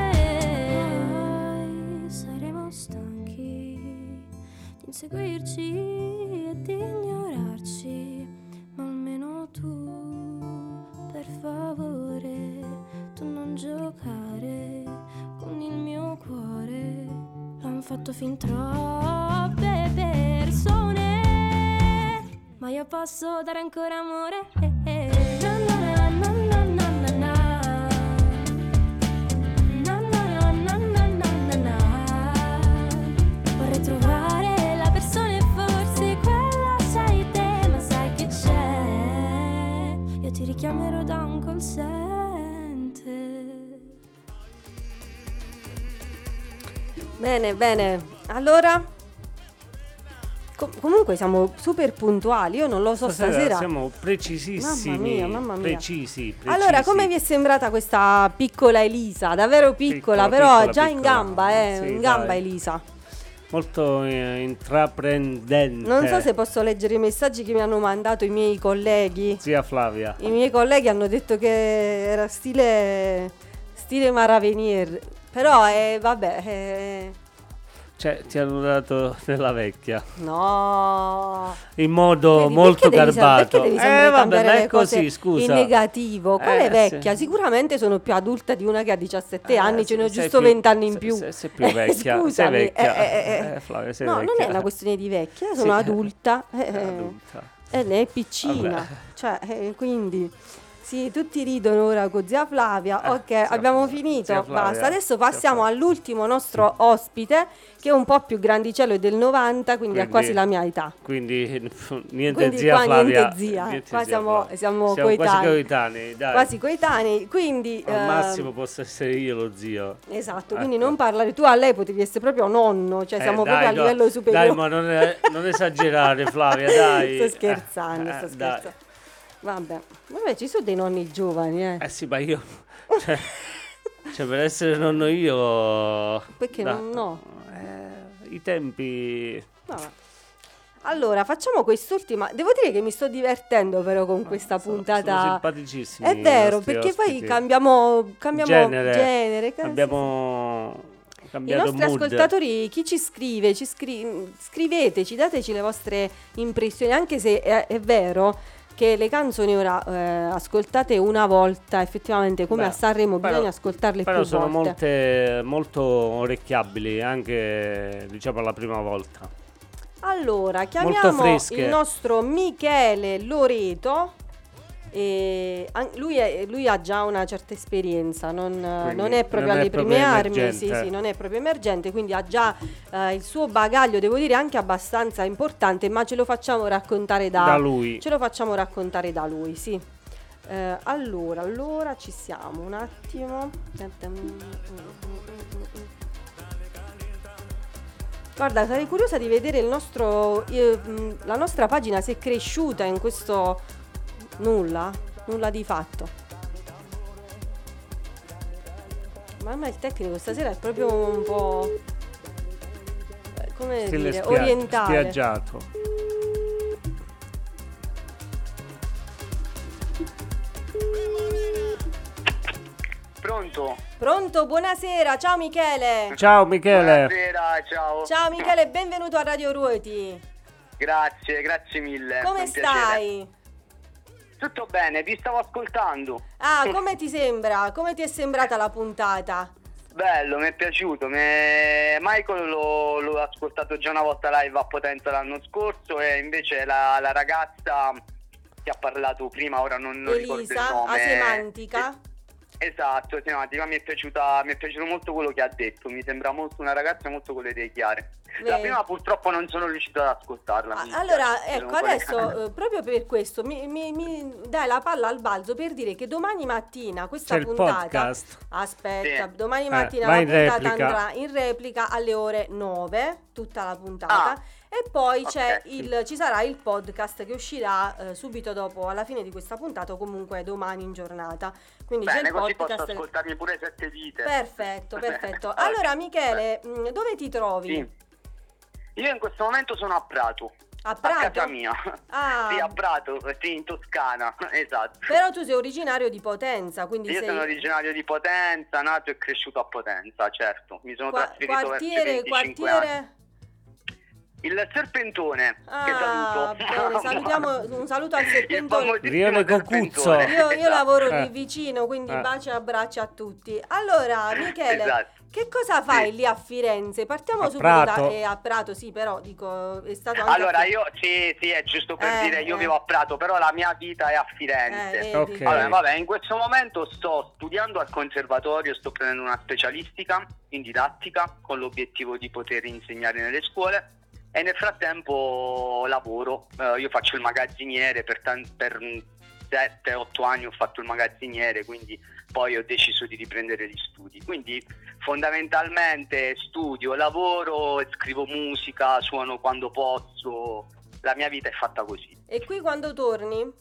D: Poi saremo stanchi di inseguirci e di ignorarci, ma almeno tu, per favore, tu non giocare con il mio cuore. L'han fatto fin troppe persone, ma io posso dare ancora amore. Na na na na na na na. Na na na na na na na. Vorrei trovare la persona e forse quella sei te. Ma sai che c'è? Io ti richiamerò da un call center.
B: Bene, bene. Allora com- comunque siamo super puntuali. Io non lo so
A: Stasera
B: stasera.
A: siamo precisissimi.
B: Mamma mia, mamma mia.
A: Precisi, precisi.
B: Allora, come vi è sembrata questa piccola Elisa? Davvero piccola,
A: Piccola,
B: però
A: piccola,
B: già in
A: piccola.
B: gamba, eh,
A: Sì,
B: in gamba
A: dai.
B: Elisa.
A: Molto eh, intraprendente.
B: Non so se posso leggere i messaggi che mi hanno mandato i miei colleghi.
A: Zia Flavia.
B: I miei colleghi hanno detto che era stile stile Maravenier. Però eh, vabbè, eh,
A: Cioè, ti hanno dato della vecchia.
B: no.
A: In modo
B: Vedi,
A: molto
B: perché devi sem-
A: garbato.
B: perché devi sempre
A: eh, vabbè,
B: cambiare
A: ma
B: le
A: è così,
B: cose
A: scusa.
B: in negativo? Quale
A: Eh,
B: vecchia?
A: sì.
B: Sicuramente sono più adulta di una che ha diciassette
A: Eh,
B: anni, ce ne ho
A: sei
B: giusto
A: più-
B: venti anni in
A: se-
B: più.
A: se- sei più
B: Eh,
A: vecchia, sei
B: scusami,
A: vecchia.
B: eh, eh, eh.
A: Eh, Flavia, sei
B: No, non
A: vecchia.
B: è una questione di vecchia,
A: Sì.
B: sono adulta. eh,
A: Sei
B: eh,
A: adulta.
B: E lei è piccina,
A: Vabbè.
B: cioè, eh, quindi sì, tutti ridono ora con zia Flavia.
A: Eh,
B: ok,
A: zia
B: abbiamo
A: Flavia,
B: finito.
A: zia Flavia,
B: Basta. Adesso
A: zia
B: passiamo
A: Flavia.
B: all'ultimo nostro ospite, che è un po' più grandicello, è del novanta, quindi, ha
A: Quindi-
B: quasi la mia età.
A: Quindi niente
B: Quindi
A: zia
B: qua
A: Flavia.
B: niente zia,
A: niente
B: qua
A: zia
B: siamo-
A: Flavia.
B: siamo
A: quasi
B: coetanei.
A: coetanei, dai.
B: Quasi coetanei, quindi
A: Al
B: eh,
A: massimo posso essere io lo zio.
B: esatto,
A: Ecco.
B: quindi non parlare tu, a lei potevi essere proprio nonno, cioè
A: Eh,
B: siamo
A: dai,
B: proprio a
A: no,
B: livello superiore.
A: Dai, ma non, è- non esagerare, Flavia, dai.
B: Sto scherzando,
A: Eh,
B: sto
A: dai.
B: scherzando. Vabbè, vabbè, ci sono dei nonni giovani, eh.
A: Eh sì, ma io... Cioè, cioè per essere nonno io...
B: Perché
A: da-
B: non no?
A: eh, I tempi...
B: Vabbè. Allora, facciamo quest'ultima. Devo dire che mi sto divertendo però con questa
A: sono-
B: puntata.
A: sono simpaticissimi
B: È
A: i
B: vero,
A: nostri
B: perché poi
A: ospiti.
B: cambiamo, cambiamo
A: Genere.
B: genere. ca-
A: Abbiamo
B: I
A: cambiato
B: nostri
A: mood.
B: ascoltatori, chi ci scrive, ci scri- scriveteci, dateci le vostre impressioni, anche se è, è vero che le canzoni ora eh, ascoltate una volta, effettivamente come
A: Beh,
B: a Sanremo
A: però-
B: bisogna ascoltarle
A: Però
B: più
A: sono
B: volte.
A: molte, molto orecchiabili, anche diciamo la prima volta.
B: Allora, chiamiamo
A: fresche.
B: il nostro Michele Loreto. E an- lui, è- lui ha già una certa esperienza, non,
A: Quindi
B: non è proprio
A: non è
B: alle
A: proprio
B: prime armi, sì,
A: emergente.
B: sì, non è proprio emergente, quindi ha già eh, il suo bagaglio, devo dire anche abbastanza importante, ma ce lo facciamo raccontare da,
A: Da lui.
B: ce lo facciamo raccontare da lui, sì. Eh, allora, allora ci siamo, un attimo. Guarda, sarei curiosa di vedere il nostro, eh, mh, la nostra pagina se è cresciuta in questo nulla, nulla di fatto. Mamma, il tecnico stasera è proprio un po', eh, come
A: Stile
B: dire,
A: spia-
B: orientale.
A: spiaggiato.
H: Pronto?
B: Pronto, buonasera, ciao Michele.
A: Ciao Michele.
H: Buonasera, ciao.
B: Ciao Michele, benvenuto a Radio Ruoti.
H: Grazie, grazie mille.
B: Come
H: è un piacere.
B: stai?
H: Tutto bene, vi stavo ascoltando.
B: Ah, come ti sembra? Come ti è sembrata la puntata?
H: Bello, mi è piaciuto. me- Michael l'ho, l'ho ascoltato già una volta live a Potenza l'anno scorso e invece la, la ragazza che ha parlato prima, ora non, non ricordo il
B: Elisa,
H: nome.
B: Asemantica.
H: Esatto, Semantica, mi è piaciuta, mi è piaciuto molto quello che ha detto, mi sembra molto una ragazza molto con le idee chiare. La
B: Vedi.
H: prima purtroppo non sono riuscito ad ascoltarla.
B: Ah,
H: mi
B: allora,
H: dispiace,
B: ecco,
H: sono un po'
B: adesso eh, proprio per questo mi, mi- mi dai la palla al balzo per dire che domani mattina questa
A: C'è il
B: puntata.
A: podcast.
B: Aspetta,
H: Sì.
B: domani
A: Eh,
B: mattina
A: va
B: la
A: in
B: puntata
A: replica.
B: andrà in replica alle ore nove, tutta la puntata.
H: Ah.
B: E poi c'è
H: Ok.
B: il, ci sarà il podcast che uscirà eh, subito dopo, alla fine di questa puntata, o comunque domani in giornata. Quindi c'è
H: Bene,
B: il
H: così posso
B: podcast.
H: ascoltarmi pure sette dite.
B: Perfetto, perfetto.
H: Vabbè.
B: Allora, Michele, mh, dove ti trovi?
H: Sì. Io in questo momento sono a Prato.
B: A Prato?
H: A casa mia.
B: Ah.
H: Sì, a Prato, sì, in Toscana, esatto.
B: Però tu sei originario di Potenza, quindi
H: Io
B: sei
H: sono originario di Potenza, nato e cresciuto a Potenza, certo. Mi sono
B: Qua-
H: trasferito verso i
B: quartiere,
H: venticinque
B: quartiere.
H: anni. Il Serpentone, che
B: Ah,
H: saluto.
B: bene, salutiamo, un saluto al
H: Il
B: Serpentone.
H: famosissimo
A: Rione Cocuzzo.
H: Serpentone,
B: Io, io
H: esatto.
B: lavoro
A: Eh.
B: lì vicino, quindi
A: Eh.
B: baci e abbracci a tutti. Allora, Michele,
H: Esatto.
B: che cosa fai
H: Sì.
B: lì a Firenze? Partiamo
A: A
B: subito da
A: Prato.
B: eh, a Prato, sì, però dico, è stato anche
H: Allora,
B: a-
H: io sì, sì, è giusto per
B: Eh,
H: dire, io
B: eh.
H: vivo a Prato, però la mia vita è a
B: Eh,
H: Firenze.
B: vedi.
A: Ok.
H: Vabbè, vabbè, in questo momento sto studiando al conservatorio, sto prendendo una specialistica in didattica con l'obiettivo di poter insegnare nelle scuole e nel frattempo lavoro. Eh, io faccio il magazziniere, per, tan- per sette otto anni ho fatto il magazziniere, quindi poi ho deciso di riprendere gli studi. Quindi fondamentalmente studio, lavoro, scrivo musica, suono quando posso, la mia vita è fatta così.
B: E qui quando torni?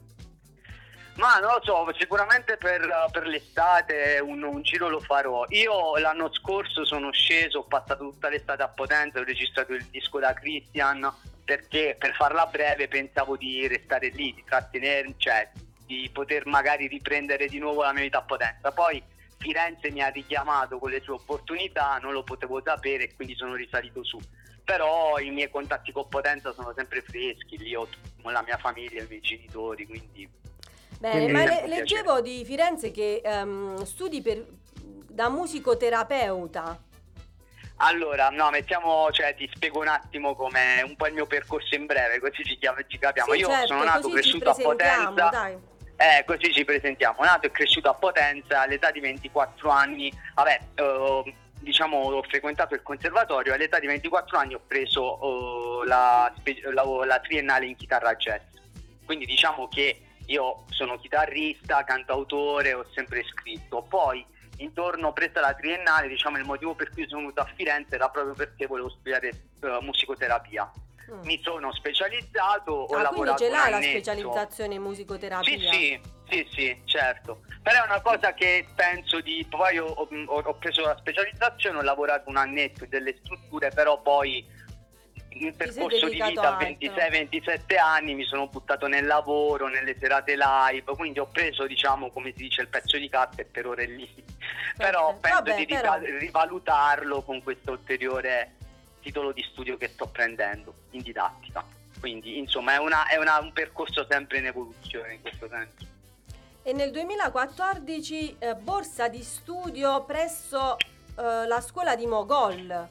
H: Ma non lo so, sicuramente per, per l'estate un, un giro lo farò. Io l'anno scorso sono sceso, ho passato tutta l'estate a Potenza, ho registrato il disco da Christian, perché per farla breve pensavo di restare lì, di trattenere, cioè di poter magari riprendere di nuovo la mia vita a Potenza. Poi Firenze mi ha richiamato con le sue opportunità, non lo potevo sapere e quindi sono risalito su. Però i miei contatti con Potenza sono sempre freschi, lì ho la mia famiglia, i miei genitori, quindi...
B: Bene,
A: Quindi-
B: ma le-
H: Piacere.
B: leggevo di Firenze che ehm, studi per, da musicoterapeuta.
H: Allora, no, mettiamo, cioè ti spiego un attimo com'è un po' il mio percorso in breve, così ci, chiam- ci capiamo.
B: Sì,
H: Io
B: certo,
H: sono nato,
B: così ci
H: cresciuto a
B: presentiamo,
H: Potenza.
B: dai.
H: Eh, così ci presentiamo. Nato e cresciuto a Potenza all'età di ventiquattro anni. Vabbè, eh, diciamo ho frequentato il conservatorio, all'età di ventiquattro anni ho preso eh, la, spe- la, la triennale in chitarra jazz. Quindi diciamo che io sono chitarrista, cantautore, ho sempre scritto. Poi intorno presa la triennale, diciamo il motivo per cui sono venuto a Firenze era proprio perché volevo studiare eh, musicoterapia.
B: Mm.
H: mi sono specializzato, ho
B: Ah, quindi
H: lavorato
B: ce
H: un
B: l'hai la
H: annetto.
B: specializzazione in musicoterapia?
H: Sì, sì, sì, sì, certo. Però è una cosa che penso di... Poi ho, ho- ho preso la specializzazione, ho lavorato un annetto in delle strutture, però poi nel
B: sei
H: percorso di
B: dedicato
H: vita
B: a
H: a
B: altro.
H: ventisei ventisette anni mi sono buttato nel lavoro, nelle serate live, quindi ho preso, diciamo, come si dice, il pezzo di carta e per ore lì. Però penso
B: Vabbè,
H: di
B: però-
H: riva- rivalutarlo con questo ulteriore titolo di studio che sto prendendo in didattica. Quindi insomma è, una, è una- un percorso sempre in evoluzione in questo senso.
B: E nel duemilaquattordici eh, borsa di studio presso eh, la scuola di Mogol.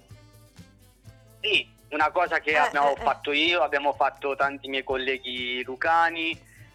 H: Sì, una cosa che
B: Eh,
H: abbiamo
B: eh, eh.
H: fatto io, abbiamo fatto tanti miei colleghi lucani,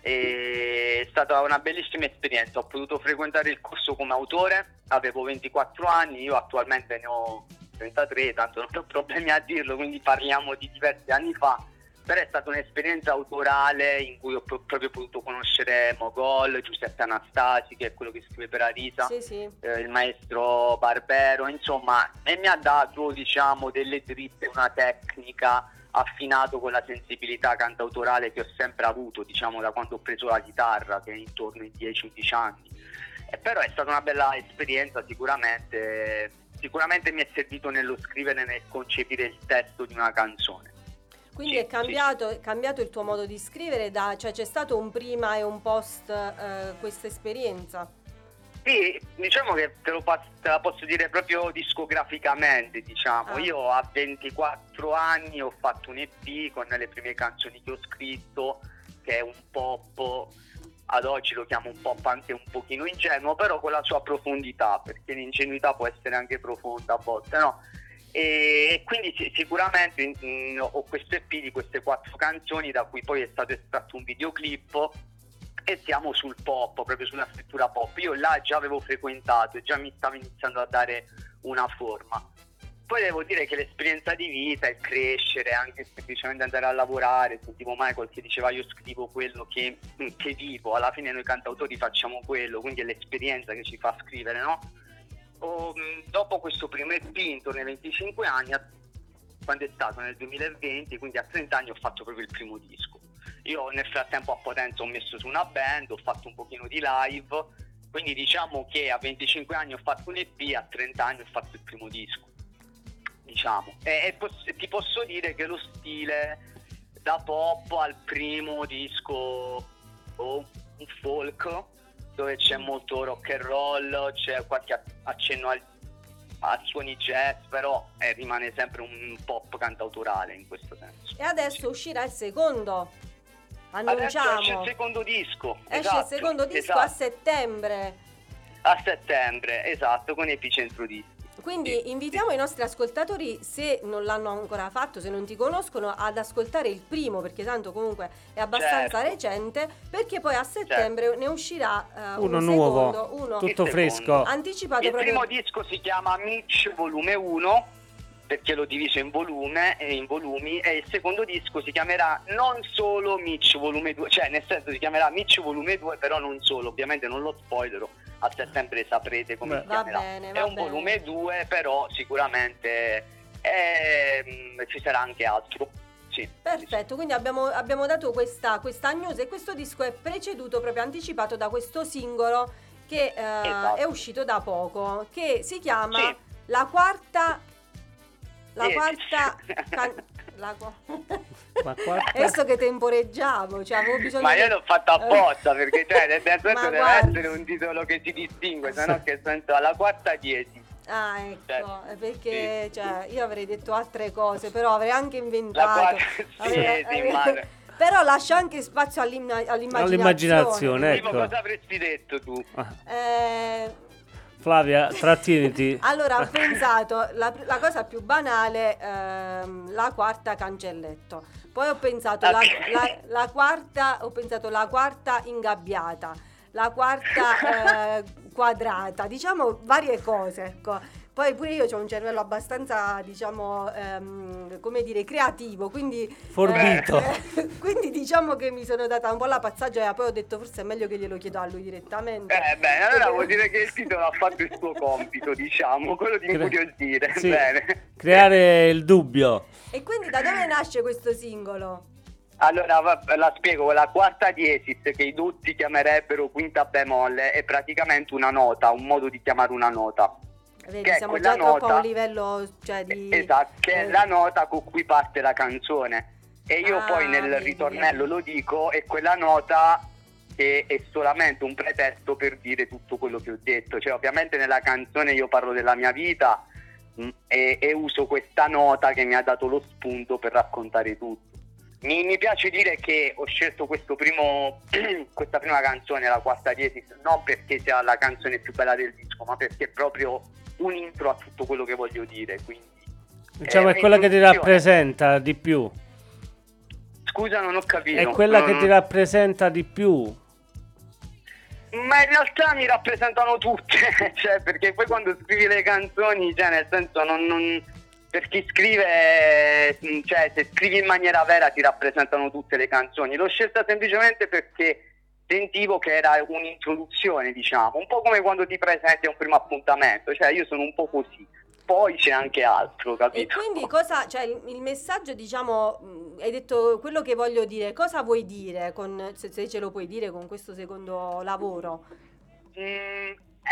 H: e è stata una bellissima esperienza. Ho potuto frequentare il corso come autore, avevo ventiquattro anni, io attualmente ne ho trentatré, tanto non ho problemi a dirlo, quindi parliamo di diversi anni fa. Però è stata un'esperienza autorale in cui ho pro- proprio potuto conoscere Mogol, Giuseppe Anastasi, che è quello che scrive per Arisa,
B: Sì, sì.
H: eh, il maestro Barbero, insomma, e mi ha dato, diciamo, delle dritte, una tecnica affinato con la sensibilità cantautorale che ho sempre avuto, diciamo, da quando ho preso la chitarra, che è intorno ai dieci undici anni. E però è stata una bella esperienza, sicuramente, sicuramente mi è servito nello scrivere e nel concepire il testo di una canzone.
B: Quindi
H: Sì,
B: è cambiato, è cambiato il tuo modo di scrivere, da, cioè c'è stato un prima e un post eh, questa esperienza?
H: Sì, diciamo che te, lo pas- te la posso dire proprio discograficamente, diciamo.
B: Ah.
H: Io a ventiquattro anni ho fatto un E P con le prime canzoni che ho scritto, che è un pop, ad oggi lo chiamo un pop anche un pochino ingenuo, però con la sua profondità, perché l'ingenuità può essere anche profonda a volte, no? E quindi sì, sicuramente in- in- ho questo E P di queste quattro canzoni, da cui poi è stato estratto un videoclip, e siamo sul pop, proprio sulla scrittura pop. Io là già avevo frequentato e già mi stavo iniziando a dare una forma. Poi devo dire che l'esperienza di vita, il crescere, anche semplicemente andare a lavorare, sentivo Michael che diceva io scrivo quello che, che vivo, alla fine noi cantautori facciamo quello, quindi è l'esperienza che ci fa scrivere, no? Oh, mh, dopo questo primo E P, intorno ai venticinque anni, a- quando è stato nel duemilaventi, quindi a trenta anni ho fatto proprio il primo disco. Io nel frattempo a Potenza ho messo su una band, ho fatto un pochino di live, quindi diciamo che a venticinque anni ho fatto un E P, a trenta anni ho fatto il primo disco, diciamo. E, e pos- ti posso dire che lo stile da pop al primo disco, oh, un folk, dove c'è molto rock and roll, c'è qualche accenno al, a suoni jazz, però eh, rimane sempre un pop cantautorale in questo senso.
B: E adesso uscirà il secondo,
H: Adesso esce il
B: annunciamo.
H: secondo disco.
B: Esce
H: esatto,
B: il secondo disco a
H: esatto.
B: settembre.
H: A settembre, esatto, con Epicentro Dischi.
B: Quindi
H: Sì,
B: invitiamo i nostri ascoltatori, se non l'hanno ancora fatto, se non ti conoscono, ad ascoltare il primo, perché tanto comunque è abbastanza
H: Certo.
B: recente, perché poi a settembre ne uscirà eh,
A: Uno
B: un
A: nuovo,
B: secondo, uno
A: tutto
H: Il
A: fresco.
H: secondo.
B: anticipato
H: Il
B: proprio.
H: primo disco si chiama Mitch Volume uno, perché l'ho diviso in volume e in volumi, e il secondo disco si chiamerà non solo Mitch Volume due, cioè nel senso si chiamerà Mitch Volume due, però non solo, ovviamente non lo spoilerò, a settembre saprete come
A: Beh.
H: si
B: Va
H: chiamerà.
B: bene,
H: È
B: va
H: un
B: bene.
H: volume due, però sicuramente ehm, ci sarà anche altro. Sì.
B: Perfetto, quindi abbiamo, abbiamo dato questa, questa news, e questo disco è preceduto, proprio anticipato da questo singolo che eh,
H: Esatto.
B: è uscito da poco, che si chiama
H: Sì.
B: La Quarta... La
H: Sì.
B: quarta... can- la qua-
A: Ma quarta-
B: Adesso che temporeggiamo, cioè avevo bisogno
H: Ma io
B: di-
H: l'ho fatto apposta, perché cioè, nel senso
B: Ma
H: deve
B: guarda.
H: essere un titolo che si distingue, se no che senso alla quarta dieci.
B: Ah, ecco,
H: Certo.
B: eh, perché cioè, io avrei detto altre cose, però avrei anche inventato.
H: La quarta, sì,
B: Avrei-
H: sì,
B: avrei-
H: ma-
B: Però lascia anche spazio all'imma- all'immaginazione.
A: All'immaginazione,
H: Tipo,
A: ecco.
H: cosa avresti detto tu?
A: Ah,
B: Eh,
A: Flavia, trattieniti.
B: allora ho pensato, la, la cosa più banale, ehm, la quarta cancelletto. Poi ho pensato la,
H: Ok.
B: la- la quarta, ho pensato la quarta ingabbiata, la quarta eh, quadrata, diciamo varie cose, ecco. Poi pure io ho un cervello abbastanza, diciamo, ehm, come dire, creativo, quindi...
A: Forbito.
B: eh, quindi diciamo che mi sono data un po' la passaggia, e poi ho detto forse è meglio che glielo chiedo a lui direttamente.
H: Eh bene, allora vuol dire che il titolo ha fatto il suo compito, diciamo, quello di
A: Cre-
H: incuriosire.
A: Sì,
H: Bene.
A: creare il dubbio.
B: E quindi da dove nasce questo singolo?
H: Allora va- la spiego, la quarta diesis, che i dotti chiamerebbero quinta bemolle, è praticamente una nota, un modo di chiamare una nota.
B: Vedi,
H: Che è
B: siamo
H: quella
B: già troppo a
H: nota-
B: un livello, cioè, di...
H: Esatto, che è
B: eh,
H: la nota con cui parte la canzone. E io
B: Ah,
H: poi nel
B: vedi,
H: ritornello
B: vedi.
H: lo dico, è quella nota che è solamente un pretesto per dire tutto quello che ho detto. Cioè, ovviamente nella canzone io parlo della mia vita mh, e, e uso questa nota che mi ha dato lo spunto per raccontare tutto. Mi, mi piace dire che ho scelto questo primo, questa prima canzone, la quarta diesis, non perché sia la canzone più bella del disco, ma perché è proprio un intro a tutto quello che voglio dire. Quindi
A: Diciamo
H: è
A: è quella che ti
H: un'introduzione.
A: rappresenta di più.
H: Scusa, non ho capito.
A: È quella che
H: Non-
A: ti rappresenta di più.
H: Ma in realtà mi rappresentano tutte, cioè, perché poi quando scrivi le canzoni, cioè nel senso non, non- per chi scrive, eh, cioè se scrivi in maniera vera ti rappresentano tutte le canzoni. L'ho scelta semplicemente perché sentivo che era un'introduzione, diciamo, un po' come quando ti presenti a un primo appuntamento, cioè io sono un po' così. Poi c'è anche altro,
B: E
H: capito?
B: quindi cosa, cioè il, il messaggio, diciamo, mh, hai detto quello che voglio dire, cosa vuoi dire con, se, se ce lo puoi dire con questo secondo lavoro?
H: Mm,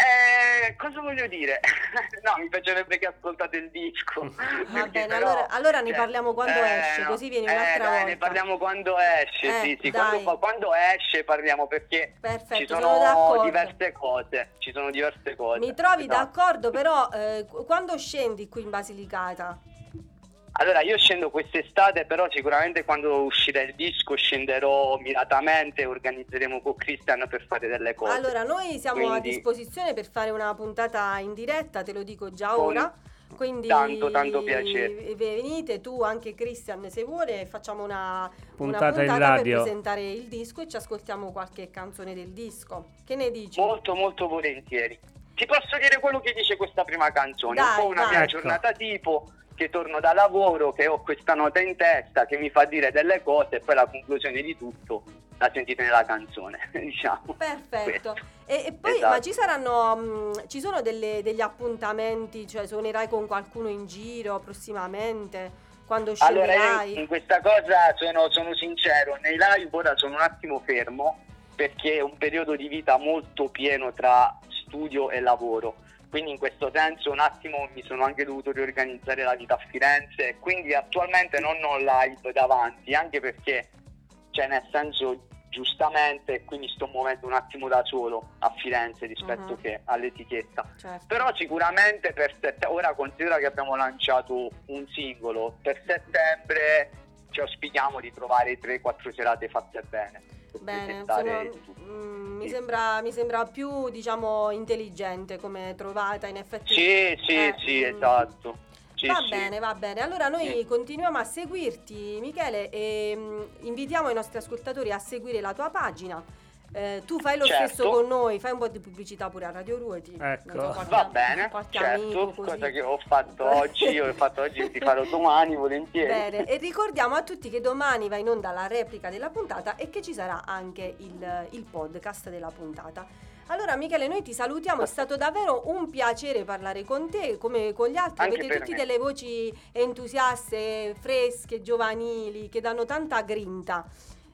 H: eh, cosa voglio dire? No, mi piacerebbe che ascoltate il disco.
B: Va
H: perché
B: bene,
H: però,
B: allora, allora ne
H: cioè,
B: parliamo quando
H: eh,
B: esce,
H: no.
B: così vieni
H: Eh,
B: un'altra
H: dai,
B: volta.
H: ne parliamo quando esce,
B: Eh,
H: sì, sì,
B: dai.
H: quando, quando esce parliamo, perché
B: Perfetto,
H: ci
B: sono
H: sono
B: d'accordo.
H: diverse cose, ci sono diverse cose.
B: Mi trovi
H: Esatto.
B: d'accordo, però eh, qu- quando scendi qui in Basilicata?
H: Allora, io scendo quest'estate, però sicuramente quando uscirà il disco scenderò miratamente, organizzeremo con Christian per fare delle cose.
B: Allora, noi siamo a
H: Quindi,
B: disposizione per fare una puntata in diretta, te lo dico già
H: Con
B: ora. Quindi
H: tanto, tanto piacere.
B: v- venite tu, anche Christian, se vuole, e facciamo una
A: Puntata in
B: una puntata per
A: radio.
B: presentare il disco e ci ascoltiamo qualche canzone del disco. Che ne dici?
H: Molto, molto volentieri. Ti posso dire quello che dice questa prima canzone,
B: Dai,
H: un po' una
B: vai.
H: mia
A: Ecco.
H: giornata tipo, che torno da lavoro, che ho questa nota in testa, che mi fa dire delle cose, e poi la conclusione di tutto la sentite nella canzone, diciamo.
B: Perfetto.
H: Questo.
B: E, e poi,
H: Esatto.
B: ma ci saranno, mh, ci sono delle- degli appuntamenti, cioè suonerai con qualcuno in giro prossimamente, quando
H: Allora, io
B: scenderai?
H: in questa cosa sono, sono sincero, nei live ora sono un attimo fermo, perché è un periodo di vita molto pieno tra studio e lavoro. Quindi in questo senso un attimo mi sono anche dovuto riorganizzare la vita a Firenze, e quindi attualmente non ho live davanti, anche perché, cioè nel senso, giustamente qui mi sto muovendo un attimo da solo a Firenze rispetto
B: Mhm.
H: che all'etichetta.
B: Certo.
H: Però sicuramente per settembre, ora considera che abbiamo lanciato un singolo, per settembre ci auspichiamo di trovare tre quattro serate fatte bene. per
B: Bene,
H: presentare
B: sono-
H: il tutto.
B: mm, mi,
H: Sì.
B: sembra, mi sembra più, diciamo, intelligente come trovata, in effetti.
H: Sì, sì,
B: Eh,
H: sì,
B: mm,
H: esatto. Sì,
B: va
H: sì.
B: bene, va bene. Allora noi
H: Sì.
B: continuiamo a seguirti, Michele, e mm, invitiamo i nostri ascoltatori a seguire la tua pagina. Eh, tu fai lo
H: Certo.
B: stesso con noi, fai un po' di pubblicità pure a Radio Ruoti.
A: Ecco.
B: Non so, qualche-
H: Va bene,
B: qualche
H: certo,
B: amico, così.
H: cosa che ho fatto oggi, ho fatto oggi, ti farò domani volentieri.
B: Bene, e ricordiamo a tutti che domani va in onda la replica della puntata e che ci sarà anche il, il podcast della puntata. Allora Michele, noi ti salutiamo, è stato davvero un piacere parlare con te, come con gli altri.
H: Anche
B: Avete
H: per
B: tutti
H: me.
B: delle voci entusiaste, fresche, giovanili, che danno tanta grinta.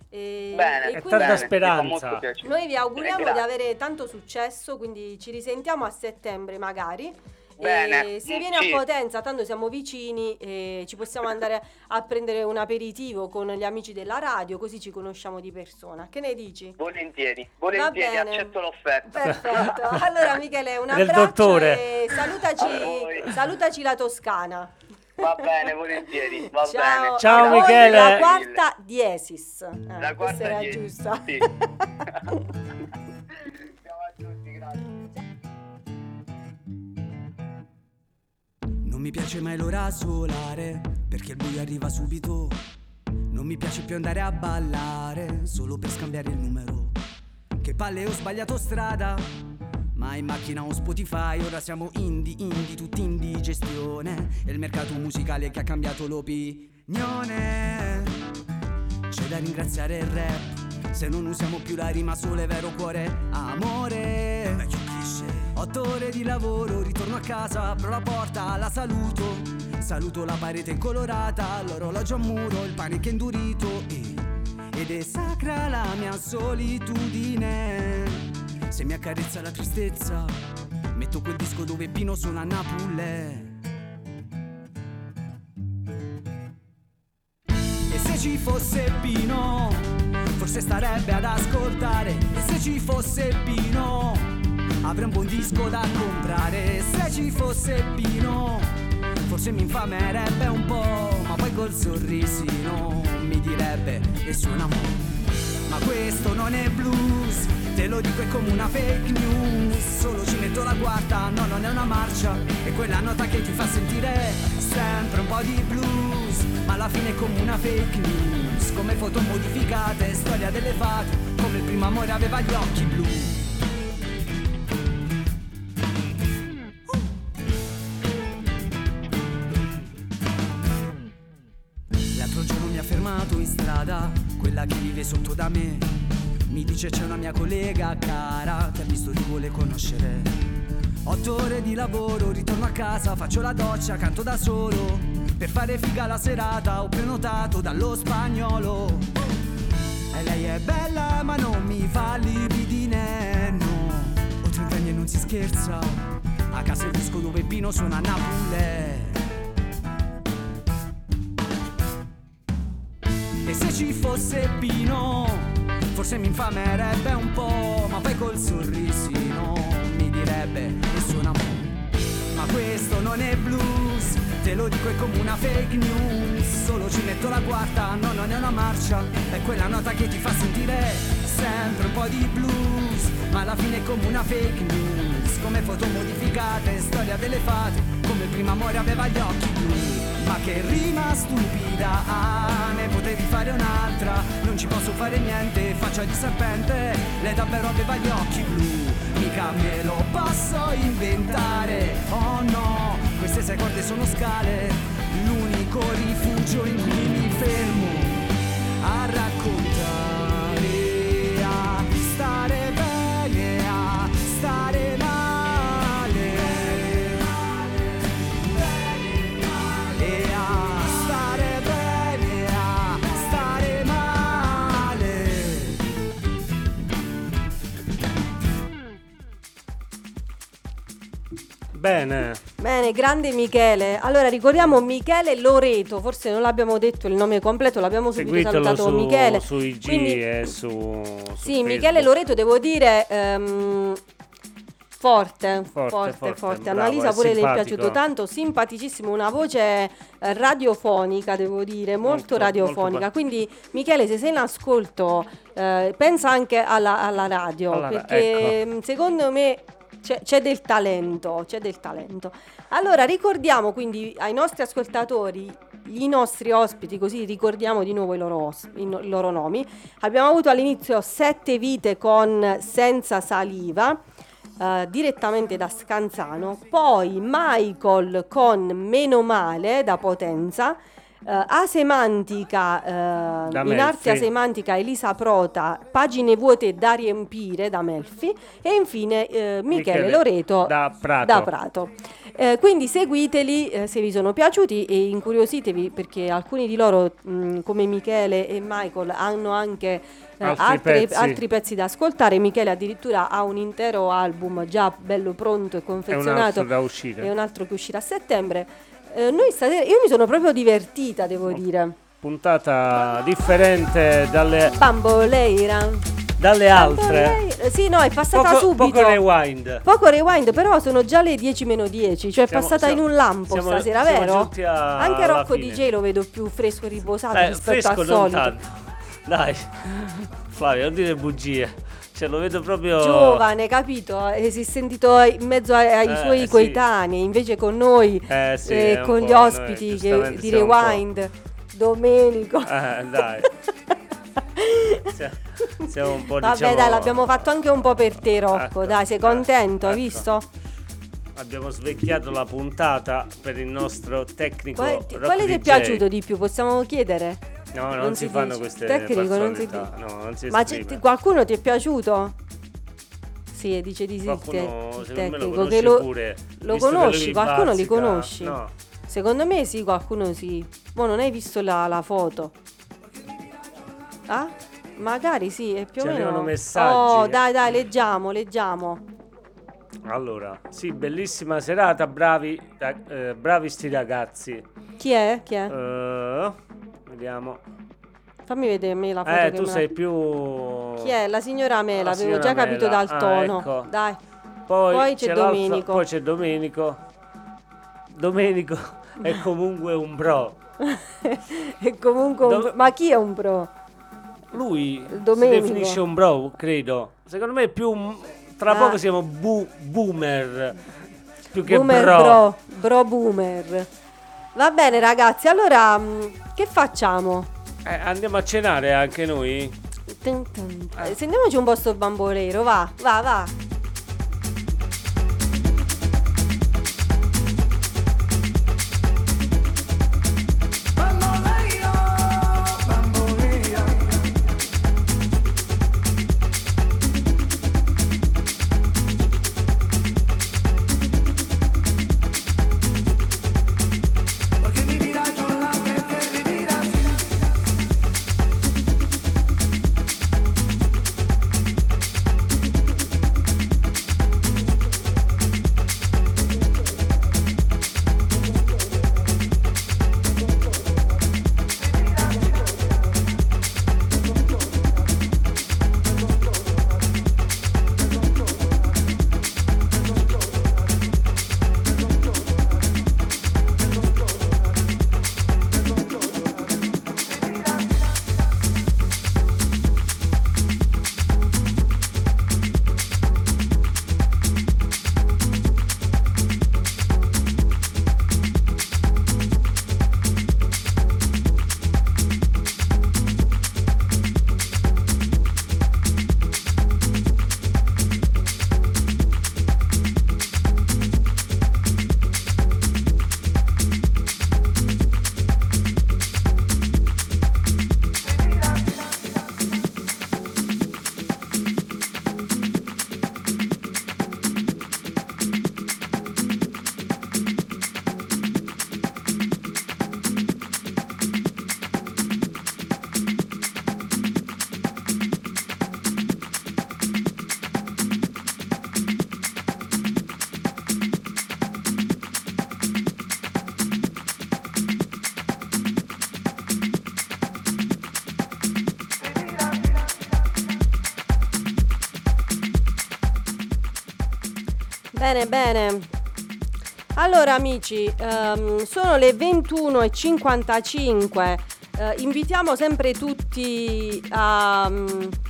B: E,
H: Bene,
B: e
A: E
B: quindi
A: tanta
H: bene,
A: speranza.
H: mi fa molto piacere.
B: noi vi auguriamo
H: Grazie.
B: di avere tanto successo, quindi ci risentiamo a settembre magari.
H: Bene,
B: E se
H: mm,
B: vieni
H: sì.
B: a Potenza, tanto siamo vicini, e ci possiamo andare a prendere un aperitivo con gli amici della radio, così ci conosciamo di persona. Che ne dici?
H: Volentieri, volentieri,
B: Va bene.
H: accetto l'offerta.
B: Perfetto. Allora Michele, un
A: Del
B: abbraccio
A: dottore.
B: e salutaci,
H: A voi.
B: salutaci la Toscana.
H: Va bene, volentieri, va
B: Ciao,
H: bene.
A: Ciao,
B: a voi
A: Michele.
B: La quarta diesis. Eh,
H: La
B: questa
H: quarta
B: era
H: diesis,
B: giusta.
H: sì. Ciao a tutti, grazie.
F: Non mi piace mai l'ora solare, perché il buio arriva subito. Non mi piace più andare a ballare, solo per scambiare il numero. Che palle, ho sbagliato strada, ma in macchina o Spotify. Ora siamo indie, indie, tutti in digestione. È il mercato musicale che ha cambiato l'opinione. C'è da ringraziare il rap, se non usiamo più la rima, solo è vero cuore, amore. Vecchio cliché. Otto ore di lavoro, ritorno a casa, apro la porta, la saluto. Saluto la parete incolorata, l'orologio a muro, il pane che è indurito e, ed è sacra la mia solitudine. Se mi accarezza la tristezza, metto quel disco dove Pino suona a Napoli. E se ci fosse Pino, forse starebbe ad ascoltare. E se ci fosse Pino, avrei un buon disco da comprare. E se ci fosse Pino, forse mi infamerebbe un po', ma poi col sorrisino mi direbbe e suona mo'. Ma questo non è blues, te lo dico, è come una fake news. Solo ci metto la quarta, no, non è una marcia. E quella nota che ti fa sentire sempre un po' di blues, ma alla fine è come una fake news. Come foto modificate, storia delle fate, come il primo amore aveva gli occhi blu. L'altro giorno mi ha fermato in strada, quella che vive sotto da me. Mi dice c'è una mia collega cara che ha visto ti vuole conoscere. Otto ore di lavoro, ritorno a casa, faccio la doccia, canto da solo. Per fare figa la serata ho prenotato dallo Spagnolo. E lei è bella ma non mi fa libidine, no. Ho trenta anni e non si scherza, a casa il disco dove Pino suona a Napoli. E se ci fosse Pino, forse mi infamerebbe un po', ma poi col sorrisino mi direbbe e suona mo'. Ma questo non è blues, te lo dico, è come una fake news. Solo ci metto la quarta, no, non è una marcia. È quella nota che ti fa sentire sempre un po' di blues, ma alla fine è come una fake news. Come foto modificate, storia delle fate, come il primo amore aveva gli occhi blu. Ma che rima stupida, ah, ne potevi fare un'altra. Non ci posso fare niente, faccia di serpente, lei davvero aveva gli occhi blu. Mica me lo posso inventare, oh no, queste sei corde sono scale. L'unico rifugio in cui mi fermo a raccontare, a stare bene, a stare male.
A: Bene.
B: Bene, grande Michele. Allora ricordiamo Michele Loreto, forse non l'abbiamo detto il nome completo, l'abbiamo subito
A: Seguitelo
B: salutato
A: su,
B: Michele.
A: su I G
B: Quindi,
A: e su, su
B: sì,
A: Facebook.
B: Michele Loreto, devo dire ehm, forte,
A: Forte,
B: forte,
A: forte,
B: forte.
A: bravo,
B: Annalisa
A: è
B: pure le è
A: simpatico.
B: piaciuto tanto, simpaticissimo, una voce eh, radiofonica, devo dire, molto,
A: Molto,
B: radiofonica.
A: molto.
B: Quindi Michele, se sei in ascolto, eh, pensa anche alla, alla radio,
A: Alla-
B: perché
A: ecco.
B: mh, secondo me c'è, c'è del talento, c'è del talento. Allora ricordiamo quindi ai nostri ascoltatori, i nostri ospiti, così ricordiamo di nuovo i loro, os- i no- i loro nomi. Abbiamo avuto all'inizio Sette Vite con Senza Saliva, eh, direttamente da Scanzano, poi Michael con Meno Male da Potenza, eh, Asemantica, eh,
A: Da
B: in arte
A: Melfi.
B: asemantica Elisa Prota, Pagine vuote da riempire da Melfi, e infine eh, Michele,
A: Michele
B: Loreto
A: da Prato.
B: da Prato. Eh, quindi seguiteli eh, se vi sono piaciuti e incuriositevi, perché alcuni di loro mh, come Michele e Michael hanno anche eh,
A: Altri
B: altre-
A: pezzi.
B: altri pezzi da ascoltare. Michele addirittura ha un intero album già bello pronto e
A: È un
B: confezionato
A: altro da uscire.
B: e un altro che uscirà a settembre. Eh, noi stasera, io mi sono proprio divertita, devo dire.
A: Puntata differente dalle,
B: Bamboleira.
A: dalle altre.
B: Bamboleira. Sì, no, è passata
A: Poco,
B: subito.
A: poco rewind.
B: Poco rewind, però sono già le dieci meno dieci, cioè è
A: Siamo-
B: passata
A: siamo-
B: in un lampo
A: siamo-
B: stasera,
A: siamo
B: vero?
A: giunti a-
B: Anche
A: alla
B: Rocco
A: fine.
B: D J lo vedo più fresco e riposato
A: Eh,
B: rispetto
A: fresco
B: al
A: non
B: solito.
A: tanto. Dai, Flavio, non dire bugie. Cioè, lo vedo proprio
B: Giovane, capito? E si è sentito in mezzo ai, ai
A: Eh,
B: suoi
A: sì.
B: coetanei, invece con noi
A: Eh, sì,
B: e
A: è un
B: con
A: po'
B: gli
A: noi,
B: ospiti che,
A: giustamente
B: di
A: siamo un po'-
B: Rewind, Domenico.
A: Eh, dai. Siamo- Siamo un po',
B: Vabbè,
A: diciamo,
B: dai, l'abbiamo fatto anche un po' per te, Rocco.
A: Ecco,
B: dai, sei
A: eh,
B: contento? Hai
A: ecco.
B: visto?
A: Abbiamo svecchiato la puntata per il nostro tecnico.
B: Quale, ti-
A: Rock
B: quale ti è
A: D J.
B: piaciuto di più? Possiamo chiedere?
A: No, non,
B: Non
A: si,
B: si
A: fanno
B: dice.
A: queste
B: Tecnico non si
A: parzialità. No, non si
B: Ma c'è-
A: esprime.
B: qualcuno ti è piaciuto? Sì, dice di sì il, te-
A: Qualcuno
B: il
A: secondo me lo
B: tecnico
A: conosce
B: che lo,
A: pure.
B: lo
A: visto che
B: conosci,
A: lui
B: qualcuno li
A: bazzica.
B: conosci?
A: No.
B: Secondo me sì, qualcuno sì. Boh, non hai visto la, la foto? Ah? Magari sì, è più
A: Ci
B: o meno.
A: arrivano messaggi.
B: Oh, dai, dai, leggiamo, leggiamo.
A: Allora, sì, bellissima serata, bravi, ra- eh, bravi sti ragazzi.
B: Chi è? Chi è?
A: Eh, vediamo.
B: Fammi vedere me la foto
A: Eh,
B: che
A: tu
B: me la-
A: sei più...
B: Chi è? La signora Mela,
A: La
B: avevo
A: signora
B: già capito
A: Mela.
B: dal
A: Ah,
B: tono.
A: ecco.
B: Dai.
A: Poi,
B: Poi c'è
A: l'altro-
B: Domenico.
A: Poi c'è Domenico. Domenico è comunque un bro.
B: E comunque un
A: Do-
B: pro- ma chi è un pro?
A: Lui si
B: Domenico.
A: definisce un bro, credo. Secondo me è più un... Tra
B: Ah.
A: poco siamo bu- boomer. Più che
B: Boomer
A: bro.
B: bro, bro boomer. Va bene ragazzi, allora mh, che facciamo?
A: Eh, andiamo a cenare anche noi?
B: Tun, tun. Eh, Sentiamoci un po' sto bambolero, va, va, va. Bene, bene. Allora amici, ehm, sono le ventuno e cinquantacinque. Eh, invitiamo sempre tutti a... mm,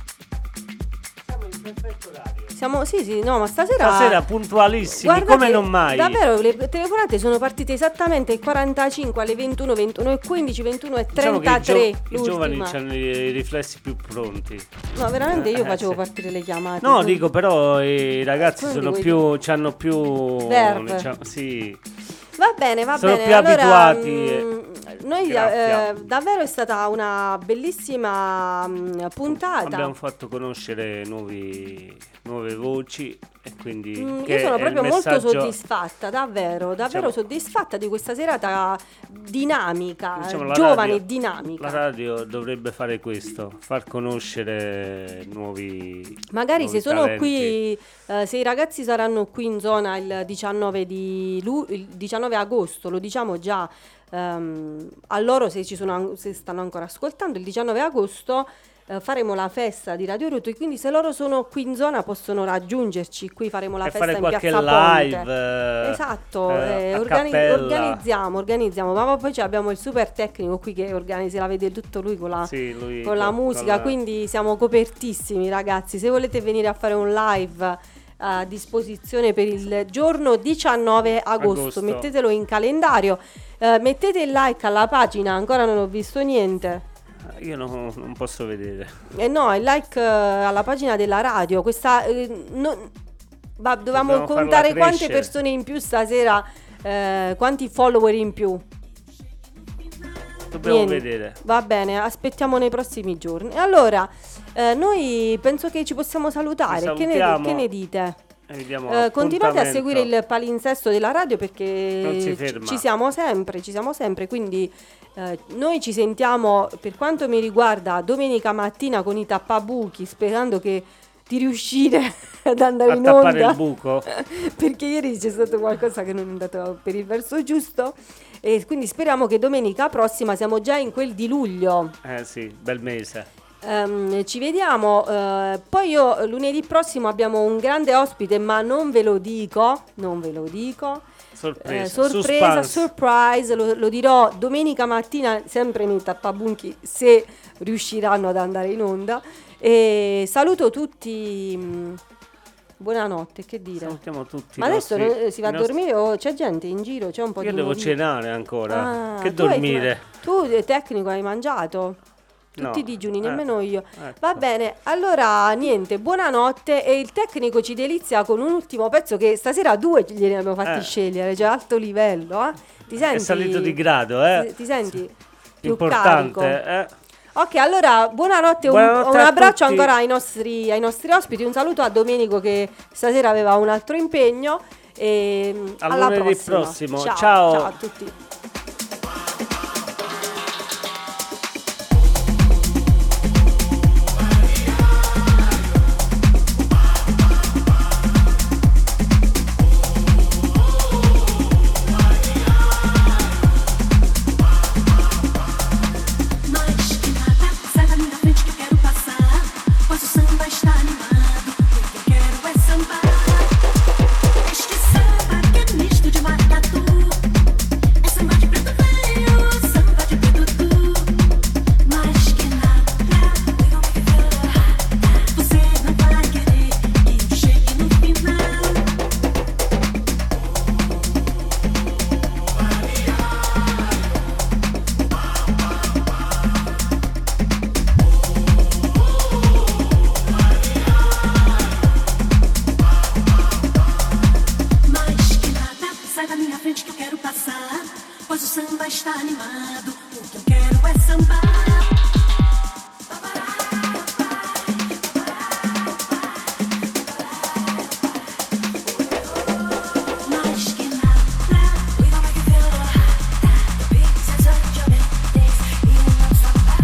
A: Siamo in perfetto orario.
B: siamo, sì, sì, no, ma stasera...
A: Stasera puntualissimi,
B: Guarda
A: come
B: che
A: non mai.
B: Davvero, le telefonate sono partite esattamente alle quarantacinque, alle ventuno, ventuno e quindici, ventuno e
A: Diciamo che i,
B: trentatré.
A: gio- i giovani
B: l'ultima.
A: hanno i riflessi più pronti.
B: No, veramente io
A: Eh,
B: facevo
A: sì.
B: partire le chiamate.
A: No,
B: quindi-
A: dico però i ragazzi
B: Quindi
A: sono
B: vuoi
A: più, c'hanno più,
B: Verve.
A: diciamo, sì.
B: Va bene, va
A: Sono
B: bene.
A: più
B: allora,
A: abituati,
B: mm, noi
A: graffia.
B: eh, davvero è stata una bellissima mm, puntata.
A: Abbiamo fatto conoscere nuovi, nuove voci e quindi
B: Mm,
A: che
B: io sono
A: è il
B: proprio molto
A: messaggio-
B: soddisfatta, davvero, davvero
A: Diciamo-
B: soddisfatta di questa serata dinamica,
A: Diciamo, la
B: giovane
A: radio-
B: e dinamica.
A: La radio dovrebbe fare questo, far conoscere nuovi
B: Magari
A: nuovi
B: se sono
A: talenti.
B: qui, eh, se i ragazzi saranno qui in zona il diciannove, di lu- il diciannove agosto, lo diciamo già ehm, a loro se, ci sono, an- se stanno ancora ascoltando, il diciannove agosto eh, faremo la festa di Radio Roto e quindi se loro sono qui in zona possono raggiungerci, qui faremo la
A: E
B: festa
A: fare
B: in
A: qualche
B: Piazza
A: live,
B: Ponte.
A: eh,
B: Esatto,
A: eh,
B: eh,
A: a
B: organi-
A: cappella.
B: organizziamo, organizziamo, ma poi ci abbiamo il super tecnico qui che organizza, la vede tutto lui con la,
A: Sì, lui
B: con la
A: con-
B: musica,
A: con-
B: quindi siamo copertissimi ragazzi. Se volete venire a fare un live a disposizione per il giorno diciannove agosto,
A: Agosto.
B: mettetelo in calendario, eh, mettete il like alla pagina, ancora non ho visto niente.
A: Io no- non posso vedere.
B: Eh no, il like eh, alla pagina della radio, questa eh, non- va- dovevamo
A: Dobbiamo farla
B: contare quante
A: crescere.
B: persone in più stasera, eh, quanti follower in più.
A: Dobbiamo
B: Niente.
A: vedere.
B: Va bene, aspettiamo nei prossimi giorni. Allora, eh, noi penso che ci possiamo salutare.
A: Ci
B: Che ne,
A: salutiamo.
B: che ne dite?
A: E vi diamo
B: Eh, continuate a
A: appuntamento.
B: seguire il palinsesto della radio perché
A: Non si
B: ci,
A: ferma.
B: ci siamo sempre, ci siamo sempre, quindi eh, noi ci sentiamo, per quanto mi riguarda, domenica mattina con i tappabuchi, sperando che di riuscire ad andare
A: A
B: in
A: tappare
B: onda
A: il buco.
B: perché ieri c'è stato qualcosa che non è andato per il verso giusto e quindi speriamo che domenica prossima siamo già in quel di luglio.
A: Eh sì, bel mese.
B: Ehm, ci vediamo, eh, poi io lunedì prossimo abbiamo un grande ospite, ma non ve lo dico, non ve lo dico.
A: Sorpresa.
B: Eh, sorpresa,
A: Suspense.
B: surprise, lo, lo dirò domenica mattina sempre nei tappabunchi se riusciranno ad andare in onda. E saluto tutti, mh, buonanotte, che dire.
A: Salutiamo tutti.
B: Ma
A: i
B: adesso
A: nostri-
B: no- si va
A: i
B: a
A: nostri-
B: dormire o c'è gente in giro? C'è un po'
A: Io
B: di
A: devo
B: movi-
A: cenare ancora.
B: Ah,
A: che
B: tu hai-
A: dormire.
B: Tu, eh, tecnico, hai mangiato? Tutti i
A: No.
B: digiuni,
A: Eh,
B: nemmeno io.
A: ecco.
B: Va bene, allora niente, buonanotte e il tecnico ci delizia con un ultimo pezzo che stasera due gliene abbiamo fatti
A: Eh.
B: scegliere, cioè alto livello, eh? Ti senti?
A: È salito di grado, eh.
B: Ti, ti senti più
A: Importante,
B: carico?
A: eh.
B: Ok, allora buonanotte, un,
A: Buonanotte
B: un
A: a
B: abbraccio
A: tutti.
B: ancora ai nostri, ai nostri ospiti, un saluto a Domenico che stasera aveva un altro impegno e mm,
A: A
B: alla
A: lunedì
B: prossima.
A: prossimo.
B: Ciao,
A: Ciao.
B: ciao a tutti.
D: Mas que nada, sai da minha frente que eu quero passar. Pois o samba está animado, o que eu quero é sambar. Este samba que é misto de maracatu. É samba de preto velho, samba de preto tu. Mas que nada, você não vai querer que eu chegue no final. Mas que nada, sai da minha frente que eu quero passar. Pois o samba está animado, o que eu quero é sambar. Mas que nada, we gon' make you feel a little hot. The beat says up your days, e o não sambar.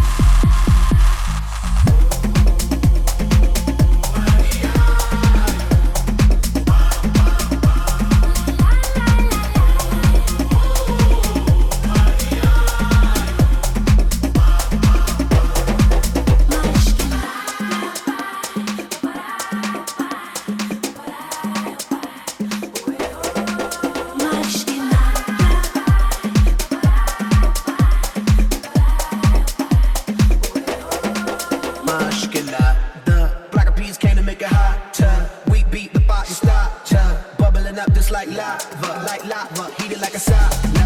D: Mas que
I: Mas que nada. Black eyed peas came to make it hotter. We beat the body starter. Bubbling up just like lava, like lava, heated like a sauna.